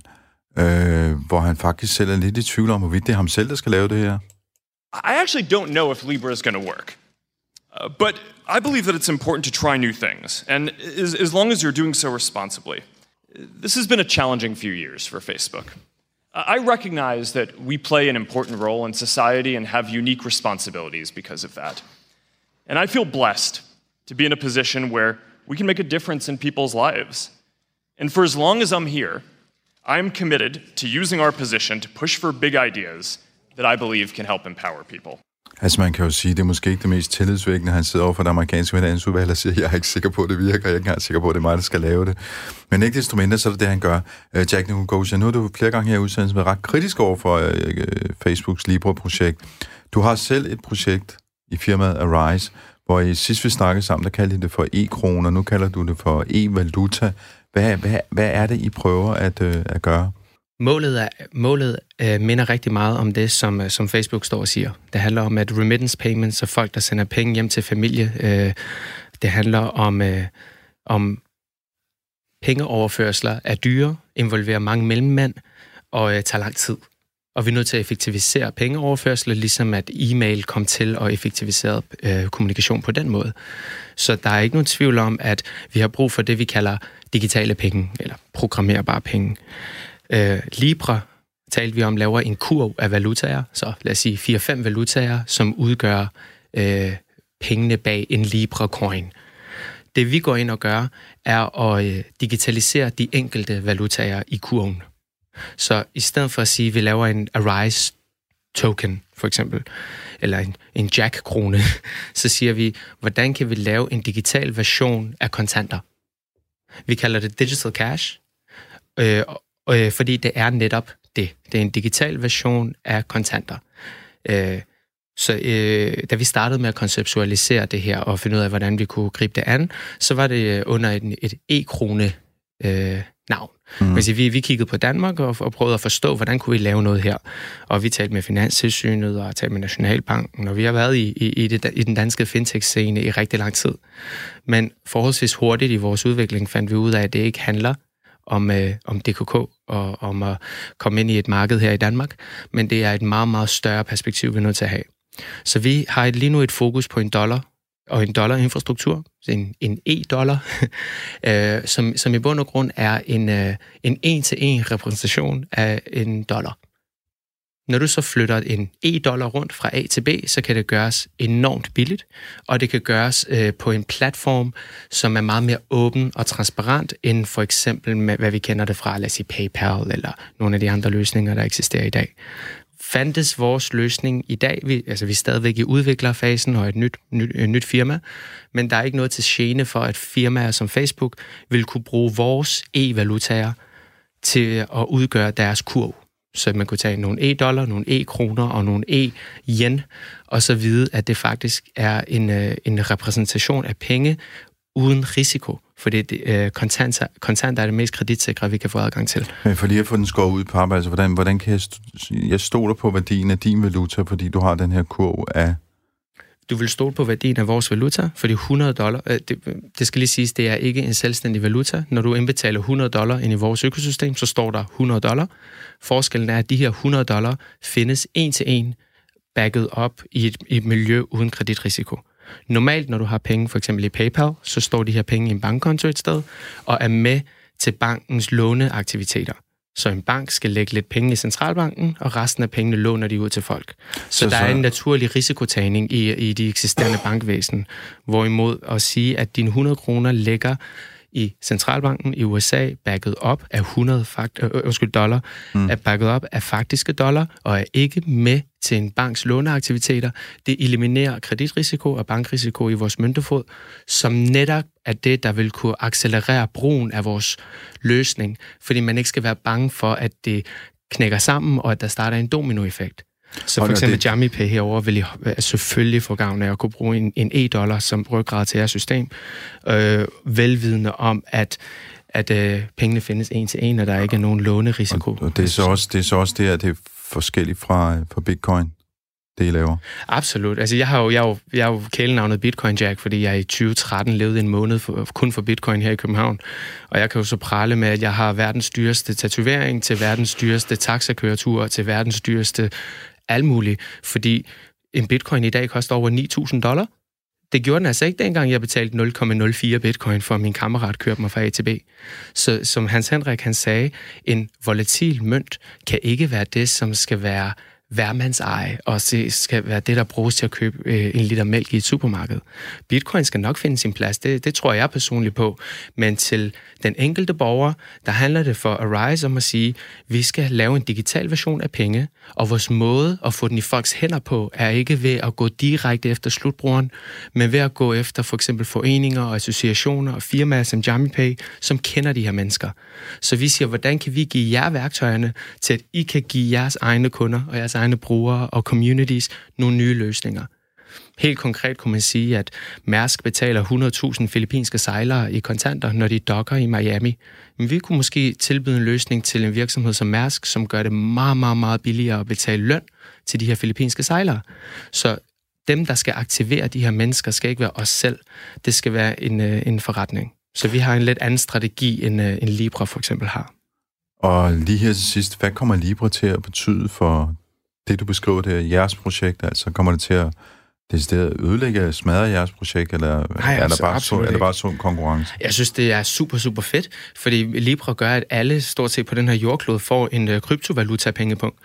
hvor han faktisk selv er lidt i tvivl om, hvorvidt det er ham selv, der skal lave det her. I actually don't know if Libra is going to work. But I believe that it's important to try new things, and as long as you're doing so responsibly. This has been a challenging few years for Facebook. I recognize that we play an important role in society and have unique responsibilities because of that. And I feel blessed to be in a position where we can make a difference in people's lives. And for as long as I'm here, I'm committed to using our position to push for big ideas that I believe can help empower people. Altså man kan jo sige, det er måske ikke det mest tillidsvækkende, han sidder over for det amerikanske finansudvalg og siger, jeg er ikke sikker på, at det virker, jeg er ikke engang sikker på, at det er mig, der skal lave det. Men ikke desto mindre, så er det det, han gør. Jack Nguyen, nu har du flere gange her i udsendelsen været ret kritisk over for Facebooks Libra-projekt. Du har selv et projekt i firmaet Arise, hvor I sidst vi snakkede sammen, der kaldte I det for e-kroner, nu kalder du det for e-valuta. Hvad er det, I prøver at gøre? Målet minder rigtig meget om det, som Facebook står og siger. Det handler om, at remittance payments og folk, der sender penge hjem til familie, det handler om pengeoverførsler er dyre, involverer mange mellemmænd og tager lang tid. Og vi er nødt til at effektivisere pengeoverførsler, ligesom at e-mail kom til at effektivisere kommunikation på den måde. Så der er ikke nogen tvivl om, at vi har brug for det, vi kalder digitale penge, eller programmerbare penge. Libra talte vi om, laver en kurv af valutaer, så lad os sige 4-5 valutaer, som udgør pengene bag en Libra-coin. Det vi går ind og gør, er at digitalisere de enkelte valutaer i kurven. Så i stedet for at sige, at vi laver en Arise token, for eksempel, eller en Jack-krone, så siger vi, hvordan kan vi lave en digital version af kontanter? Vi kalder det digital cash, fordi det er netop det. Det er en digital version af kontanter. Da vi startede med at konceptualisere det her og finde ud af, hvordan vi kunne gribe det an, så var det under et e-krone navn. Vi kiggede på Danmark og prøvede at forstå, hvordan kunne vi lave noget her. Og vi talte med Finanstilsynet og talte med Nationalbanken, og vi har været i den danske fintech-scene i rigtig lang tid. Men forholdsvis hurtigt i vores udvikling fandt vi ud af, at det ikke handler om DKK og om at komme ind i et marked her i Danmark, men det er et meget, meget større perspektiv, vi er nødt til at have. Så vi har lige nu et fokus på $1 og en dollarinfrastruktur, en e-dollar, som i bund og grund er en en-til-en repræsentation af en dollar. Når du så flytter en e-dollar rundt fra A til B, så kan det gøres enormt billigt, og det kan gøres på en platform, som er meget mere åben og transparent, end for eksempel med, hvad vi kender det fra, lad os sige PayPal, eller nogle af de andre løsninger, der eksisterer i dag. Fandtes vores løsning i dag, vi er stadigvæk i udviklerfasen og et nyt firma, men der er ikke noget til gene for, at firmaer som Facebook vil kunne bruge vores e-valutaer til at udgøre deres kurv. Så man kunne tage nogle e-dollar, nogle e-kroner og nogle e-yen, og så vide, at det faktisk er en repræsentation af penge uden risiko. Fordi kontanter er det mest kreditsikre, vi kan få adgang til. Men for lige at få den skåret ud på arbejde, så hvordan kan jeg stole på værdien af din valuta, fordi du har den her kurv af... Du vil stole på værdien af vores valuta, fordi $100, det skal lige siges, det er ikke en selvstændig valuta. Når du indbetaler $100 ind i vores økosystem, så står der $100. Forskellen er, at de her $100 findes en til en backet op i et miljø uden kreditrisiko. Normalt, når du har penge, for eksempel i PayPal, så står de her penge i en bankkonto et sted, og er med til bankens låneaktiviteter. Så en bank skal lægge lidt penge i centralbanken, og resten af pengene låner de ud til folk. Så der er en naturlig risikotagning i de eksisterende bankvæsen. Hvorimod at sige, at dine 100 kroner ligger i centralbanken i USA, backet op af dollar, er backet op af faktiske dollar, og er ikke med til en banks låneaktiviteter. Det eliminerer kreditrisiko og bankrisiko i vores møntefod, som netop er det, der vil kunne accelerere brugen af vores løsning, fordi man ikke skal være bange for, at det knækker sammen, og at der starter en dominoeffekt. Så for eksempel JamiPay herover vil I selvfølgelig få gavn af at kunne bruge en e-dollar som ryggrad til jeres system, velvidende om, at pengene findes en til en, og der ikke er nogen lånerisiko. Og det er så også det, at det er forskelligt fra Bitcoin, det I laver? Absolut. Altså, jeg har jo kælenavnet Bitcoin Jack, fordi jeg i 2013 levede en måned kun for Bitcoin her i København. Og jeg kan jo så prale med, at jeg har verdens dyreste tatovering, til verdens dyreste taxakøretur, til verdens dyreste alt muligt. Fordi en Bitcoin i dag koster over $9,000. Det gjorde den altså ikke dengang, jeg betalte 0,04 Bitcoin for, at min kammerat kørte mig fra A til B. Så som Hans Henrik han sagde, en volatil mønt kan ikke være det, som skal være hvermandseje, og det skal være det, der bruges til at købe en liter mælk i et supermarked. Bitcoin skal nok finde sin plads, det tror jeg personligt på, men til den enkelte borger, der handler det for Arise om at sige, vi skal lave en digital version af penge, og vores måde at få den i folks hænder på, er ikke ved at gå direkte efter slutbrugeren, men ved at gå efter for eksempel foreninger og associationer og firmaer som JamiPay, som kender de her mennesker. Så vi siger, hvordan kan vi give jer værktøjerne til, at I kan give jeres egne kunder og jeres egne brugere og communities nogle nye løsninger. Helt konkret kunne man sige, at Mærsk betaler 100.000 filippinske sejlere i kontanter, når de dokker i Miami. Men vi kunne måske tilbyde en løsning til en virksomhed som Mærsk, som gør det meget, meget, meget billigere at betale løn til de her filippinske sejlere. Så dem, der skal aktivere de her mennesker, skal ikke være os selv. Det skal være en forretning. Så vi har en lidt anden strategi, end Libra for eksempel har. Og lige her til sidst, hvad kommer Libra til at betyde for det, du beskriver, det er jeres projekt? Altså kommer det til at ødelægge eller smadre jeres projekt, eller nej, er der bare sund konkurrence? Jeg synes, det er super, super fedt, fordi Libra gør, at alle stort set på den her jordklode får en kryptovaluta-pengepunkt.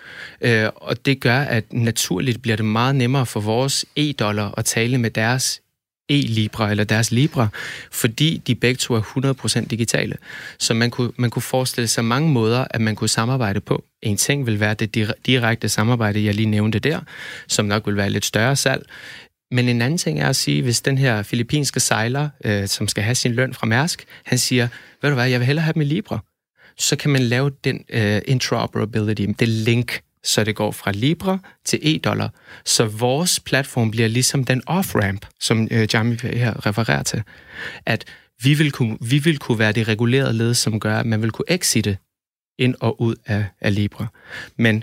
Og det gør, at naturligt bliver det meget nemmere for vores e-dollar at tale med deres e-Libra eller deres Libra, fordi de begge to er 100% digitale. Så man kunne forestille sig mange måder, at man kunne samarbejde på. En ting vil være det direkte samarbejde, jeg lige nævnte der, som nok vil være lidt større salg. Men en anden ting er at sige, hvis den her filippinske sejler, som skal have sin løn fra Mærsk, han siger, ved du hvad, jeg vil hellere have dem i Libra. Så kan man lave den interoperability, det link, så det går fra Libra til e-dollar. Så vores platform bliver ligesom den off-ramp, som JamiPay her refererer til. At vi vil kunne være det regulerede led, som gør, at man vil kunne exite ind og ud af Libra. Men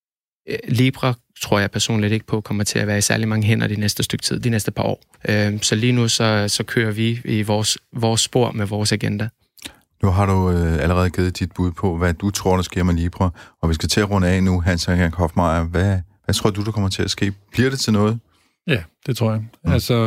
Libra tror jeg personligt ikke på kommer til at være i særlig mange hænder de næste stykke tid, de næste par år. Så lige nu så kører vi i vores spor med vores agenda. Nu har du allerede givet dit bud på, hvad du tror, der sker med Libra, og vi skal til at runde af nu, Hans Henrik Hofmeier. Hvad tror du, der kommer til at ske? Bliver det til noget? Ja, det tror jeg. Altså,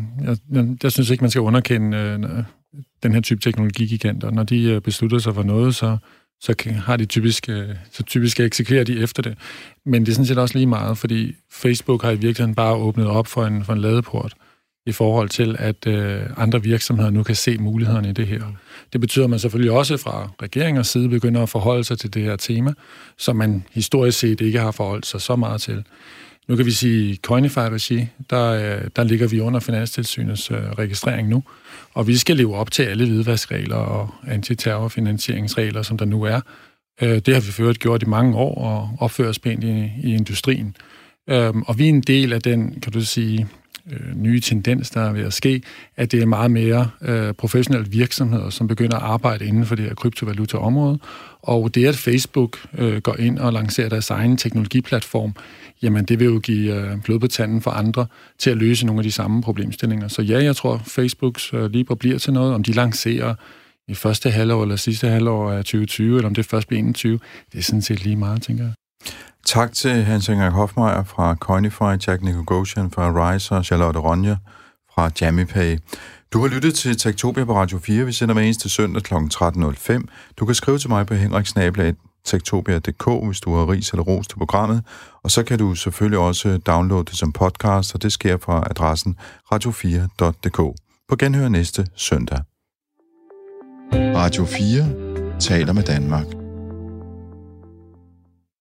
jeg synes ikke, man skal underkende den her type teknologigiganter. Når de beslutter sig for noget, så har de typisk eksekverer de efter det. Men det er sådan set også lige meget, fordi Facebook har i virkeligheden bare åbnet op for en ladeport i forhold til, at andre virksomheder nu kan se mulighederne i det her. Det betyder, at man selvfølgelig også fra regeringers side begynder at forholde sig til det her tema, som man historisk set ikke har forholdt sig så meget til. Nu kan vi sige, i Coinify-regi, der ligger vi under Finanstilsynets registrering nu, og vi skal leve op til alle hvidvaskregler og antiterrorfinansieringsregler, som der nu er. Det har vi ført gjort i mange år og opfører os pænt i industrien. Og vi er en del af den, kan du sige, nye tendens, der er ved at ske, at det er meget mere professionelle virksomheder, som begynder at arbejde inden for det her kryptovaluta-område. Og det, at Facebook går ind og lancerer deres egen teknologiplatform, jamen det vil jo give blod på tanden for andre til at løse nogle af de samme problemstillinger. Så ja, jeg tror, Facebooks Libra bliver til noget. Om de lancerer i første halvår eller sidste halvår af 2020, eller om det først bliver 2021, det er sådan set lige meget, tænker jeg. Tak til Hans Henrik Hofmeier fra Coinify, Jack Nicogosian fra Arise og Charlotte Ronja fra JamiPay. Du har lyttet til Techtopia på Radio 4. Vi sender med eneste søndag kl. 13.05. Du kan skrive til mig på henrik@techtopia.dk, hvis du har ris eller ros til programmet. Og så kan du selvfølgelig også downloade det som podcast, og det sker fra adressen radio4.dk. På genhør næste søndag. Radio 4 taler med Danmark.